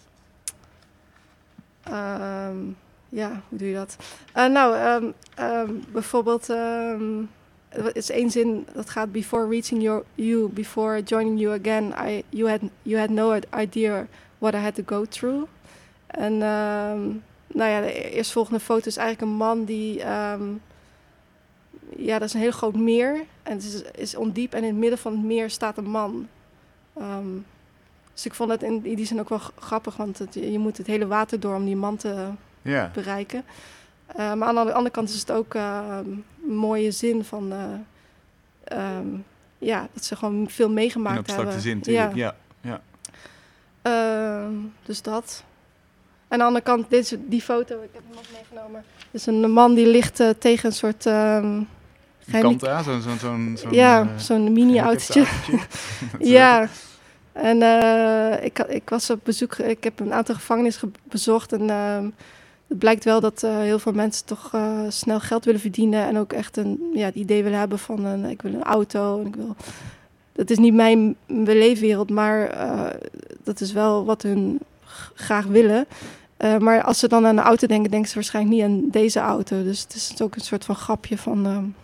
Um, ja, hoe doe je dat? Uh, nou, um, um, bijvoorbeeld, um, er is één zin dat gaat: before reaching your, you, before joining you again, I, you had, you had no idea what I had to go through. En um, nou ja, de eerstvolgende foto is eigenlijk een man die, um, ja, dat is een heel groot meer en het is, is ondiep en in het midden van het meer staat een man. Um, dus ik vond het in die zin ook wel grappig, want het, je moet het hele water door om die man te ja. bereiken. Uh, maar aan de andere kant is het ook uh, een mooie zin van, uh, um, ja, dat ze gewoon veel meegemaakt hebben. In abstracte zin, natuurlijk, ja. ja, ja. Uh, dus dat. En aan de andere kant, dit is die foto, ik heb hem nog meegenomen. Het is een man die ligt uh, tegen een soort... Um, kant aan, zo'n... zo'n, zo'n, zo'n ja, uh, zo'n mini-autootje. ja. En uh, ik, ik was op bezoek, ik heb een aantal gevangenissen bezocht. En uh, het blijkt wel dat uh, heel veel mensen toch uh, snel geld willen verdienen. En ook echt een, ja, het idee willen hebben van, een, ik wil een auto. En ik wil, dat is niet mijn beleefwereld, maar uh, dat is wel wat hun g- graag willen. Uh, maar als ze dan aan een auto denken, denken ze waarschijnlijk niet aan deze auto. Dus het is ook een soort van grapje van... Um,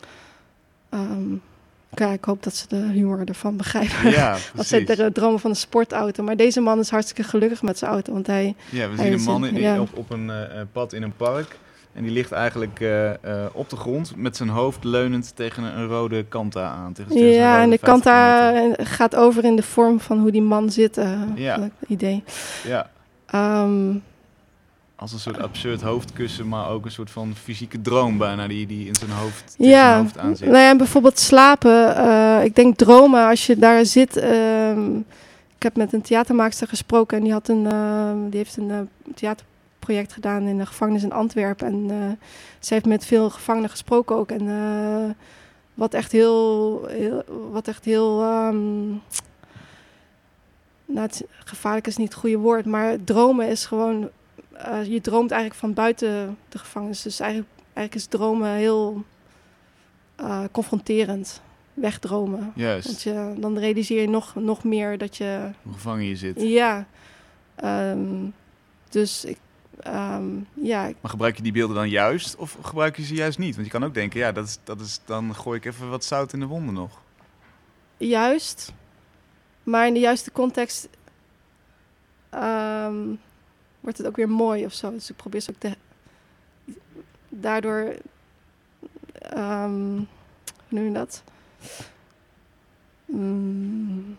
um, ja, ik hoop dat ze de humor ervan begrijpen. Ja, dat zij de dromen van een sportauto. Maar deze man is hartstikke gelukkig met zijn auto. Want hij, ja, we hij zien een man in, ja. op, op een uh, pad in een park. En die ligt eigenlijk uh, uh, op de grond met zijn hoofd leunend tegen een, een rode Kanta aan. Tegen, tegen ja, en de Kanta gaat over in de vorm van hoe die man zit. Uh, ja. Het idee. Ja. Um, Als een soort absurd hoofdkussen, maar ook een soort van fysieke droom bijna die, die in zijn hoofd, ja, zijn hoofd aan zit. Nou ja, bijvoorbeeld slapen. Uh, ik denk dromen, als je daar zit. Uh, ik heb met een theatermaakster gesproken en die, had een, uh, die heeft een uh, theaterproject gedaan in de gevangenis in Antwerpen. En uh, ze heeft met veel gevangenen gesproken ook. En uh, wat echt heel, heel, wat echt heel um, nou, het, gevaarlijk is niet het goede woord, maar dromen is gewoon... Uh, je droomt eigenlijk van buiten de gevangenis. Dus eigenlijk, eigenlijk is dromen heel uh, confronterend. Wegdromen. Juist. Want je, dan realiseer je nog, nog meer dat je... Hoe gevangen je zit. Ja. Um, dus ik... Um, ja. Maar gebruik je die beelden dan juist of gebruik je ze juist niet? Want je kan ook denken, ja, dat is, dat is, dan gooi ik even wat zout in de wonden nog. Juist. Maar in de juiste context... Um, wordt het ook weer mooi of zo. Dus ik probeer ze ook te... Daardoor... Um, hoe noem je dat? Mm.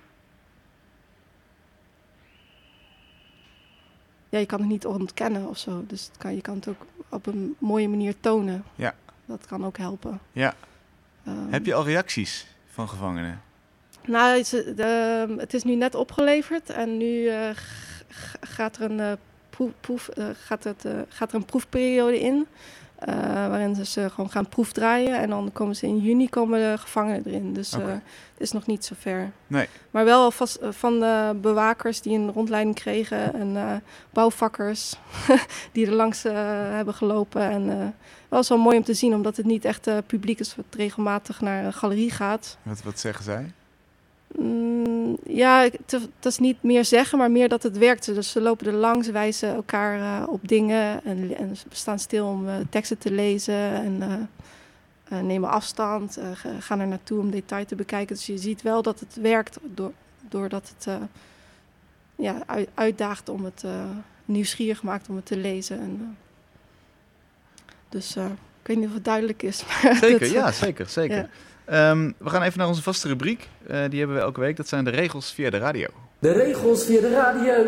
Ja, je kan het niet ontkennen of zo. Dus het kan, je kan het ook op een mooie manier tonen. Ja. Dat kan ook helpen. Ja. Um, Heb je al reacties van gevangenen? Nou, het is, de, het is nu net opgeleverd en nu uh, g- gaat er een uh, proef, proef, uh, gaat het, uh, gaat er een proefperiode in. Uh, waarin ze gewoon gaan proefdraaien. En dan komen ze in juni komen de gevangenen erin. Dus uh, okay. Het is nog niet zo ver. Nee. Maar wel alvast uh, van de bewakers die een rondleiding kregen. En uh, bouwvakkers die er langs uh, hebben gelopen. En uh, wel is wel mooi om te zien. Omdat het niet echt uh, publiek is wat regelmatig naar een galerie gaat. Wat, wat zeggen zij? Mm, ja, het, het is niet meer zeggen, maar meer dat het werkt. Dus ze lopen er langs, wijzen elkaar uh, op dingen en, en we staan stil om uh, teksten te lezen en uh, uh, nemen afstand, uh, gaan er naartoe om detail te bekijken. Dus je ziet wel dat het werkt door, doordat het uh, ja, uit, uitdaagt om het uh, nieuwsgierig maakt om het te lezen. En, uh, dus uh, ik weet niet of het duidelijk is. Maar zeker, dat, ja, zeker, zeker. Ja. Um, we gaan even naar onze vaste rubriek. Uh, die hebben we elke week. Dat zijn de regels via de radio. De regels via de radio.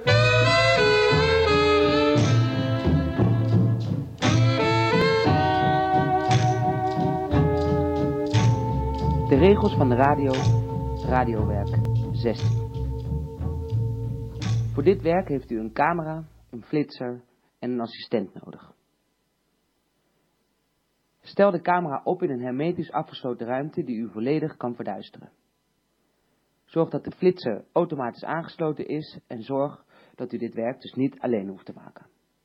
De regels van de radio. Radiowerk zestien. Voor dit werk heeft u een camera, een flitser en een assistent nodig. Stel de camera op in een hermetisch afgesloten ruimte die u volledig kan verduisteren. Zorg dat de flitser automatisch aangesloten is en zorg dat u dit werk dus niet alleen hoeft te maken.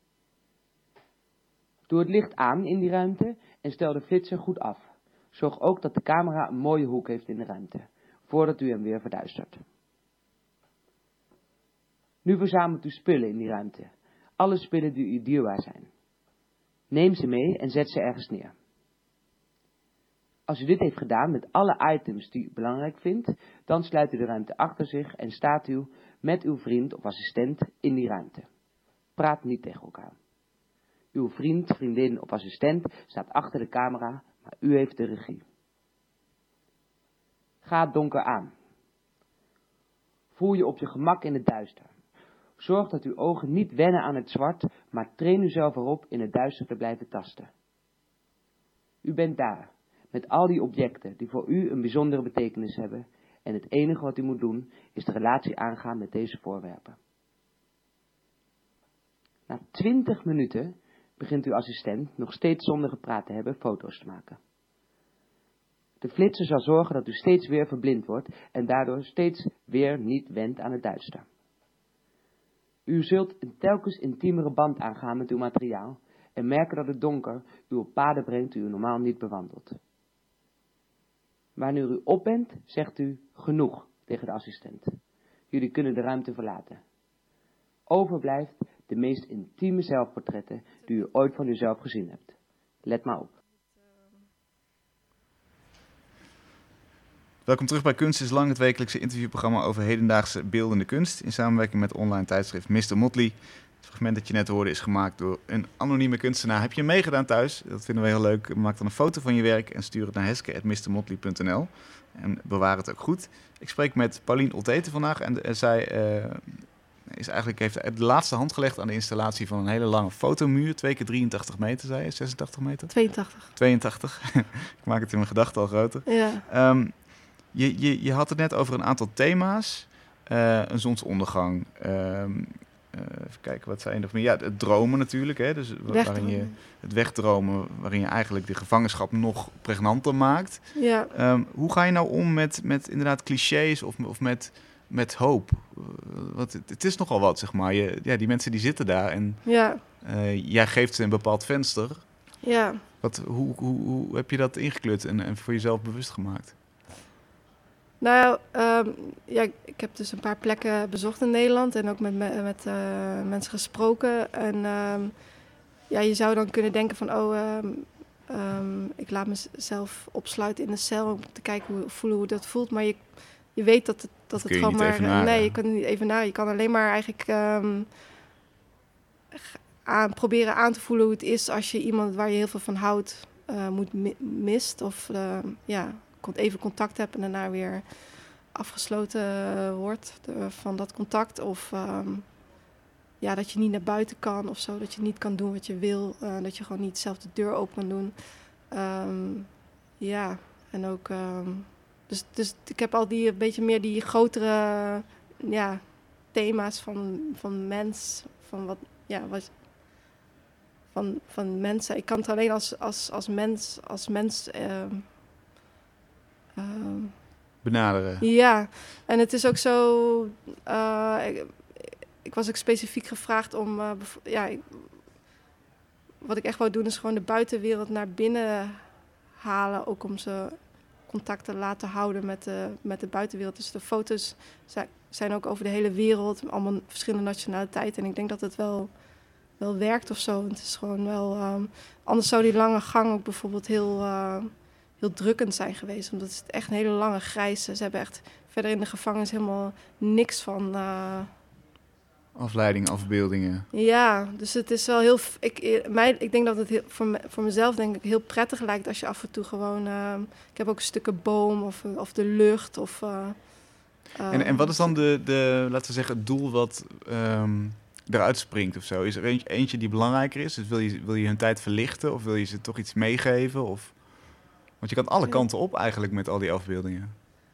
Doe het licht aan in die ruimte en stel de flitser goed af. Zorg ook dat de camera een mooie hoek heeft in de ruimte, voordat u hem weer verduistert. Nu verzamelt u spullen in die ruimte. alle spullen die u dierbaar zijn. Neem ze mee en zet ze ergens neer. Als u dit heeft gedaan met alle items die u belangrijk vindt, dan sluit u de ruimte achter zich en staat u met uw vriend of assistent in die ruimte. Praat niet tegen elkaar. Uw vriend, vriendin of assistent staat achter de camera, maar u heeft de regie. Ga het donker aan. Voel je op je gemak in het duister. Zorg dat uw ogen niet wennen aan het zwart, maar train uzelf erop in het duister te blijven tasten. U bent daar, met al die objecten die voor u een bijzondere betekenis hebben, en het enige wat u moet doen, is de relatie aangaan met deze voorwerpen. Na twintig minuten begint uw assistent, nog steeds zonder gepraat te hebben, foto's te maken. De flitser zal zorgen dat u steeds weer verblind wordt en daardoor steeds weer niet wendt aan het duister. U zult een telkens intiemere band aangaan met uw materiaal en merken dat het donker u op paden brengt die u normaal niet bewandelt. Wanneer u op bent, zegt u genoeg tegen de assistent. Jullie kunnen de ruimte verlaten. Overblijft de meest intieme zelfportretten die u ooit van uzelf gezien hebt. Let maar op. Welkom terug bij Kunst is Lang, het wekelijkse interviewprogramma over hedendaagse beeldende kunst. In samenwerking met online tijdschrift mister Motley. Het fragment dat je net hoorde is gemaakt door een anonieme kunstenaar. Heb je meegedaan thuis? Dat vinden we heel leuk. Maak dan een foto van je werk en stuur het naar heske at mistermotley punt n l. En bewaar het ook goed. Ik spreek met Pauline Oltete vandaag en, en zij uh, is eigenlijk, heeft de laatste hand gelegd aan de installatie van een hele lange fotomuur. twee keer drieëntachtig meter, zei je? zesentachtig meter? tweeëntachtig. tweeëntachtig. Ik maak het in mijn gedachten al groter. Ja. Um, je, je, je had het net over een aantal thema's. Uh, een zonsondergang. Um, Uh, even kijken, wat zijn er nog meer? Ja, het dromen natuurlijk. Hè? Dus waarin je het wegdromen, waarin je eigenlijk de gevangenschap nog pregnanter maakt. Ja. Um, hoe ga je nou om met, met inderdaad clichés of, of met, met hoop? Uh, want het, het is nogal wat, zeg maar. Je, ja, die mensen die zitten daar en Ja. uh, jij geeft ze een bepaald venster. Ja. Wat, hoe, hoe, hoe heb je dat ingekleurd en, en voor jezelf bewust gemaakt? Nou, um, ja, ik heb dus een paar plekken bezocht in Nederland en ook met, me, met uh, mensen gesproken. En um, ja, je zou dan kunnen denken van, oh, um, um, ik laat mezelf opsluiten in een cel om te kijken hoe, voelen hoe dat voelt. Maar je, je weet dat het, dat het gewoon maar... Evenaren. Nee, je kan het niet even naar. Je kan alleen maar eigenlijk um, aan, proberen aan te voelen hoe het is als je iemand waar je heel veel van houdt uh, moet mi- mist of uh, ja... even contact hebt en daarna weer afgesloten uh, wordt de, van dat contact. Of um, ja, dat je niet naar buiten kan of zo. Dat je niet kan doen wat je wil. Uh, dat je gewoon niet zelf de deur open kan doen. Um, ja, en ook... Um, dus, dus ik heb al die een beetje meer die grotere ja, thema's van, van mens. Van wat... Ja, wat, van, van mensen. Ik kan het alleen als, als, als mens... Als mens um, Uh, benaderen. Ja, en het is ook zo... Uh, ik, ik was ook specifiek gevraagd om... Uh, bev- ja, ik, wat ik echt wou doen is gewoon de buitenwereld naar binnen halen. Ook om ze contact te laten houden met de, met de buitenwereld. Dus de foto's zijn, zijn ook over de hele wereld. Allemaal verschillende nationaliteiten. En ik denk dat het wel, wel werkt of zo. Het is gewoon wel... Um, anders zou die lange gang ook bijvoorbeeld heel... Uh, heel drukkend zijn geweest. Omdat het echt een hele lange grijze... Ze hebben echt verder in de gevangenis helemaal niks van... Uh... Afleiding, afbeeldingen. Ja, dus het is wel heel... Ik, mij, ik denk dat het heel, voor, me, voor mezelf denk ik heel prettig lijkt... als je af en toe gewoon... Uh, ik heb ook stukken boom of, of de lucht of... Uh, uh, en, en wat is dan de, de, laten we zeggen, het doel wat um, eruit springt of zo? Is er eentje, eentje die belangrijker is? Dus wil je, wil je hun tijd verlichten of wil je ze toch iets meegeven? Of... Want je kan alle kanten op eigenlijk met al die afbeeldingen.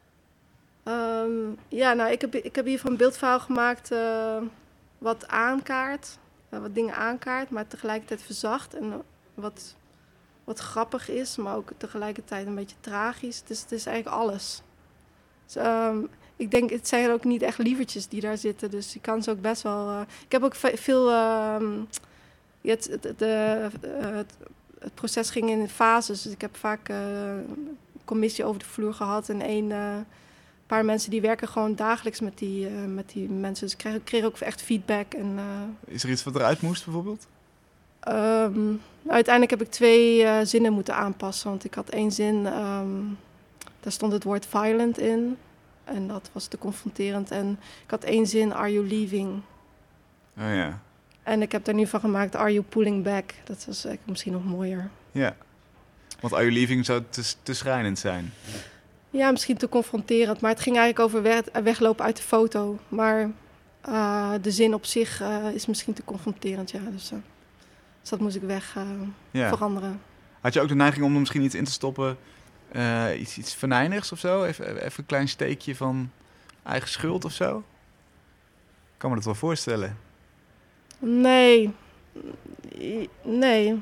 Um, ja, nou, ik heb, ik heb hiervan een beeldverhaal gemaakt uh, wat aankaart. Uh, wat dingen aankaart, maar tegelijkertijd verzacht. En wat, wat grappig is, maar ook tegelijkertijd een beetje tragisch. Dus het is eigenlijk alles. Dus, um, ik denk, het zijn ook niet echt lievertjes die daar zitten. Dus je kan ze ook best wel... Uh, ik heb ook veel... Uh, het, het, de, uh, het, Het proces ging in fases, dus ik heb vaak uh, een commissie over de vloer gehad en één uh, paar mensen die werken gewoon dagelijks met die, uh, met die mensen. Dus ik kreeg, kreeg ook echt feedback. En, uh, Is er iets wat eruit moest bijvoorbeeld? Um, uiteindelijk heb ik twee uh, zinnen moeten aanpassen. Want ik had één zin, um, daar stond het woord violent in. En dat was te confronterend. En ik had één zin, are you leaving? Oh ja. En ik heb daar nu van gemaakt, are you pulling back? Dat is eigenlijk misschien nog mooier. Ja, want are you leaving zou te, te schrijnend zijn. Ja, misschien te confronterend. Maar het ging eigenlijk over weg, weglopen uit de foto. Maar uh, de zin op zich uh, is misschien te confronterend, ja. Dus, uh, dus dat moest ik weg uh, ja. veranderen. Had je ook de neiging om er misschien iets in te stoppen? Uh, iets, iets venijnigs of zo? Even, even een klein steekje van eigen schuld of zo? Ik kan me dat wel voorstellen. Nee. Nee.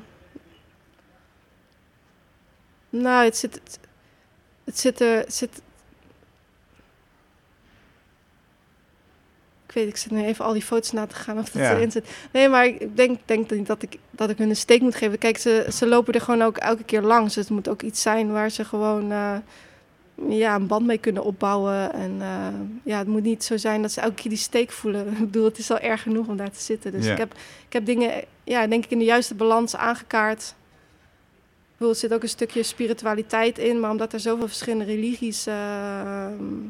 Nou, het zit... Het, het zit er... Het zit... Ik weet, ik zit nu even al die foto's na te gaan of dat ja. erin zit. Nee, maar ik denk, denk dat, ik, dat ik hun een steek moet geven. Kijk, ze, ze lopen er gewoon ook elke keer langs. Dus het moet ook iets zijn waar ze gewoon uh, ja, een band mee kunnen opbouwen. En uh, ja, het moet niet zo zijn dat ze elke keer die steek voelen. Ik bedoel, het is al erg genoeg om daar te zitten. Dus ja. ik, heb, ik heb dingen, ja, denk ik, in de juiste balans aangekaart. Ik bedoel, er zit ook een stukje spiritualiteit in. Maar omdat er zoveel verschillende religies... Uh,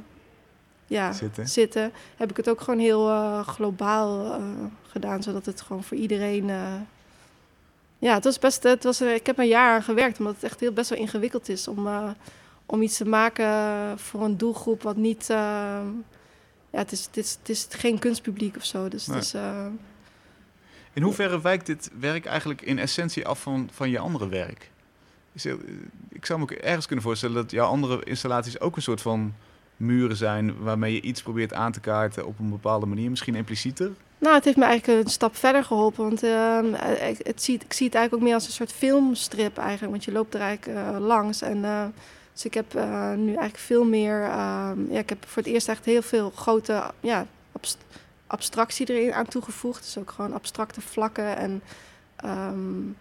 Ja, zitten. zitten, heb ik het ook gewoon heel uh, globaal uh, gedaan, zodat het gewoon voor iedereen... Uh... Ja, het was best... Het was, uh, ik heb een jaar aan gewerkt, omdat het echt heel best wel ingewikkeld is om, uh, om iets te maken voor een doelgroep wat niet... Uh... Ja, het is, het, is, het is geen kunstpubliek of zo, dus nee. het is... Uh... In hoeverre wijkt dit werk eigenlijk in essentie af van, van je andere werk? Is heel, ik zou me ook ergens kunnen voorstellen dat jouw andere installaties ook een soort van... muren zijn waarmee je iets probeert aan te kaarten op een bepaalde manier, misschien implicieter? Nou, het heeft me eigenlijk een stap verder geholpen, want uh, het ziet, ik zie het eigenlijk ook meer als een soort filmstrip eigenlijk, want je loopt er eigenlijk uh, langs. En, uh, dus ik heb uh, nu eigenlijk veel meer, uh, ja, ik heb voor het eerst echt heel veel grote ja, abst- abstractie erin aan toegevoegd. Dus ook gewoon abstracte vlakken en um,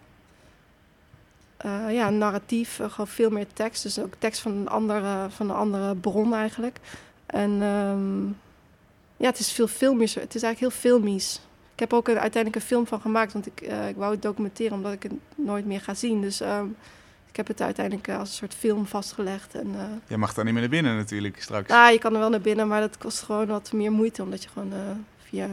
uh, ja, narratief, uh, gewoon veel meer tekst. Dus ook tekst van een andere, van een andere bron eigenlijk. En um, ja, het is veel filmisch. Het is eigenlijk heel filmisch. Ik heb ook een, uiteindelijk een film van gemaakt, want ik, uh, ik wou het documenteren omdat ik het nooit meer ga zien. Dus um, ik heb het uiteindelijk uh, als een soort film vastgelegd. En, uh, je mag daar niet meer naar binnen natuurlijk straks. Ja, je kan er wel naar binnen, maar dat kost gewoon wat meer moeite, omdat je gewoon uh, via...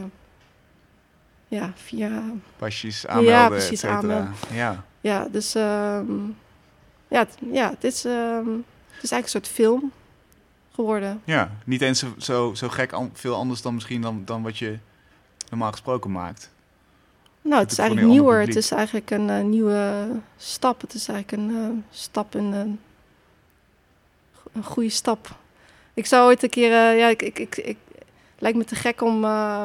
Ja, via... pasjes aanmelden, ja, precies, et cetera. Aanmelden. Ja. Ja, dus um, ja, het, ja het, is, um, het is eigenlijk een soort film geworden. Ja, niet eens zo, zo, zo gek an, veel anders dan misschien dan, dan wat je normaal gesproken maakt. Nou, het is eigenlijk nieuwer. Het is eigenlijk een uh, nieuwe stap. Het is eigenlijk een uh, stap in een, een goede stap. Ik zou ooit een keer... Uh, ja, ik, ik, ik, ik, lijkt me te gek om... Uh,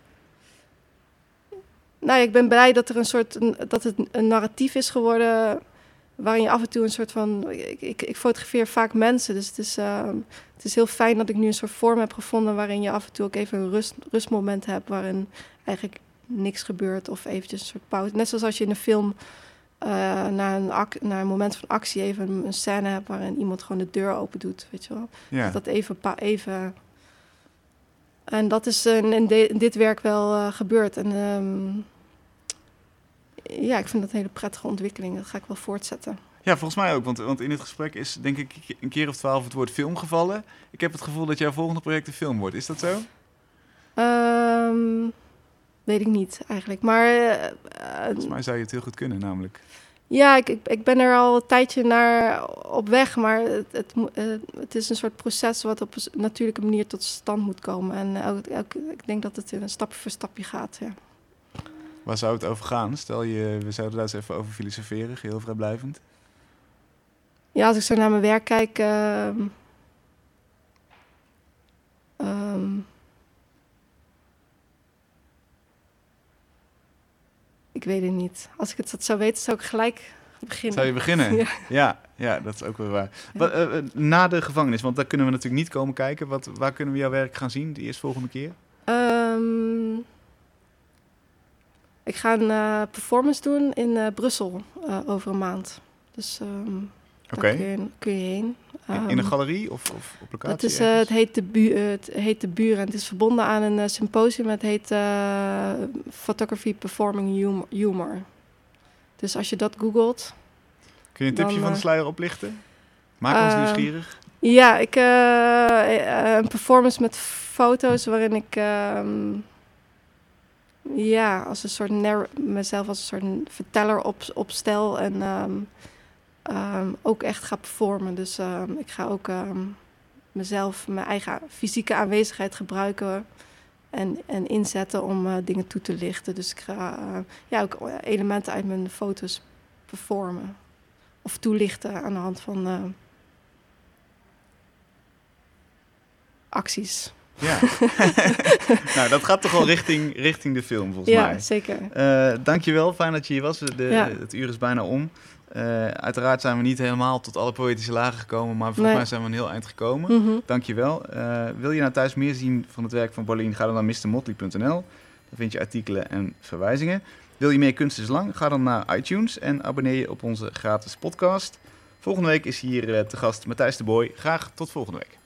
nou ja, ik ben blij dat er een soort... Een, dat het een narratief is geworden... waarin je af en toe een soort van... Ik, ik, ik fotografeer vaak mensen, dus het is, uh, het is heel fijn dat ik nu een soort vorm heb gevonden... waarin je af en toe ook even een rust, rustmoment hebt... waarin eigenlijk niks gebeurt of eventjes een soort pauze. Net zoals als je in een film uh, na, een ac- na een moment van actie... even een, een scène hebt waarin iemand gewoon de deur open doet, weet je wel. Ja. Dat, dat even, pa- even... En dat is uh, in, de, in dit werk wel uh, gebeurd. En um, ja, ik vind dat een hele prettige ontwikkeling. Dat ga ik wel voortzetten. Ja, volgens mij ook. Want, want in dit gesprek is denk ik een keer of twaalf het woord film gevallen. Ik heb het gevoel dat jouw volgende project een film wordt. Is dat zo? Um, weet ik niet eigenlijk. Maar uh, volgens mij zou je het heel goed kunnen namelijk. Ja, ik, ik, ik ben er al een tijdje naar op weg. Maar het, het, uh, het is een soort proces wat op een natuurlijke manier tot stand moet komen. En elk, elk, ik denk dat het een stapje voor stapje gaat, ja. Waar zou het over gaan? Stel je, we zouden daar eens even over filosoferen, geheel vrijblijvend. Ja, als ik zo naar mijn werk kijk... Uh, um, ik weet het niet. Als ik het dat zou weten, zou ik gelijk beginnen. Zou je beginnen? Ja, ja, ja, dat is ook wel waar. Ja. Wat, uh, na de gevangenis, want daar kunnen we natuurlijk niet komen kijken. Wat, waar kunnen we jouw werk gaan zien de eerstvolgende keer? Um, ik ga een uh, performance doen in uh, Brussel uh, over een maand. Dus, um, Oké. Daar kun je, kun je heen. In, in een galerie of, of op locatie? Het, is, uh, het, heet de bu- uh, het heet de Buren. Het is verbonden aan een uh, symposium. Het heet uh, Photography Performing Humor, Humor. Dus als je dat googelt... Kun je een tipje dan, van de uh, sluier oplichten? Maak ons uh, nieuwsgierig. Ja, ik, uh, uh, een performance met foto's waarin ik... Uh, ja, als een soort narr- mezelf als een soort verteller op, opstel en... Um, Um, ook echt ga performen. Dus um, ik ga ook um, mezelf, mijn eigen fysieke aanwezigheid gebruiken en, en inzetten om uh, dingen toe te lichten. Dus ik ga uh, ja, ook elementen uit mijn foto's performen. Of toelichten aan de hand van uh, acties. Ja, nou dat gaat toch wel richting, richting de film volgens ja, mij. Ja, zeker. Uh, dankjewel, fijn dat je hier was. De, ja. Het uur is bijna om. Uh, uiteraard zijn we niet helemaal tot alle poëtische lagen gekomen, maar volgens nee. mij zijn we een heel eind gekomen. Mm-hmm. Dankjewel. Uh, wil je nou thuis meer zien van het werk van Paulien, ga dan naar mister motley punt n l. Daar vind je artikelen en verwijzingen. Wil je meer Kunst is Lang? Ga dan naar iTunes en abonneer je op onze gratis podcast. Volgende week is hier uh, te gast Matthijs de Boy. Graag tot volgende week.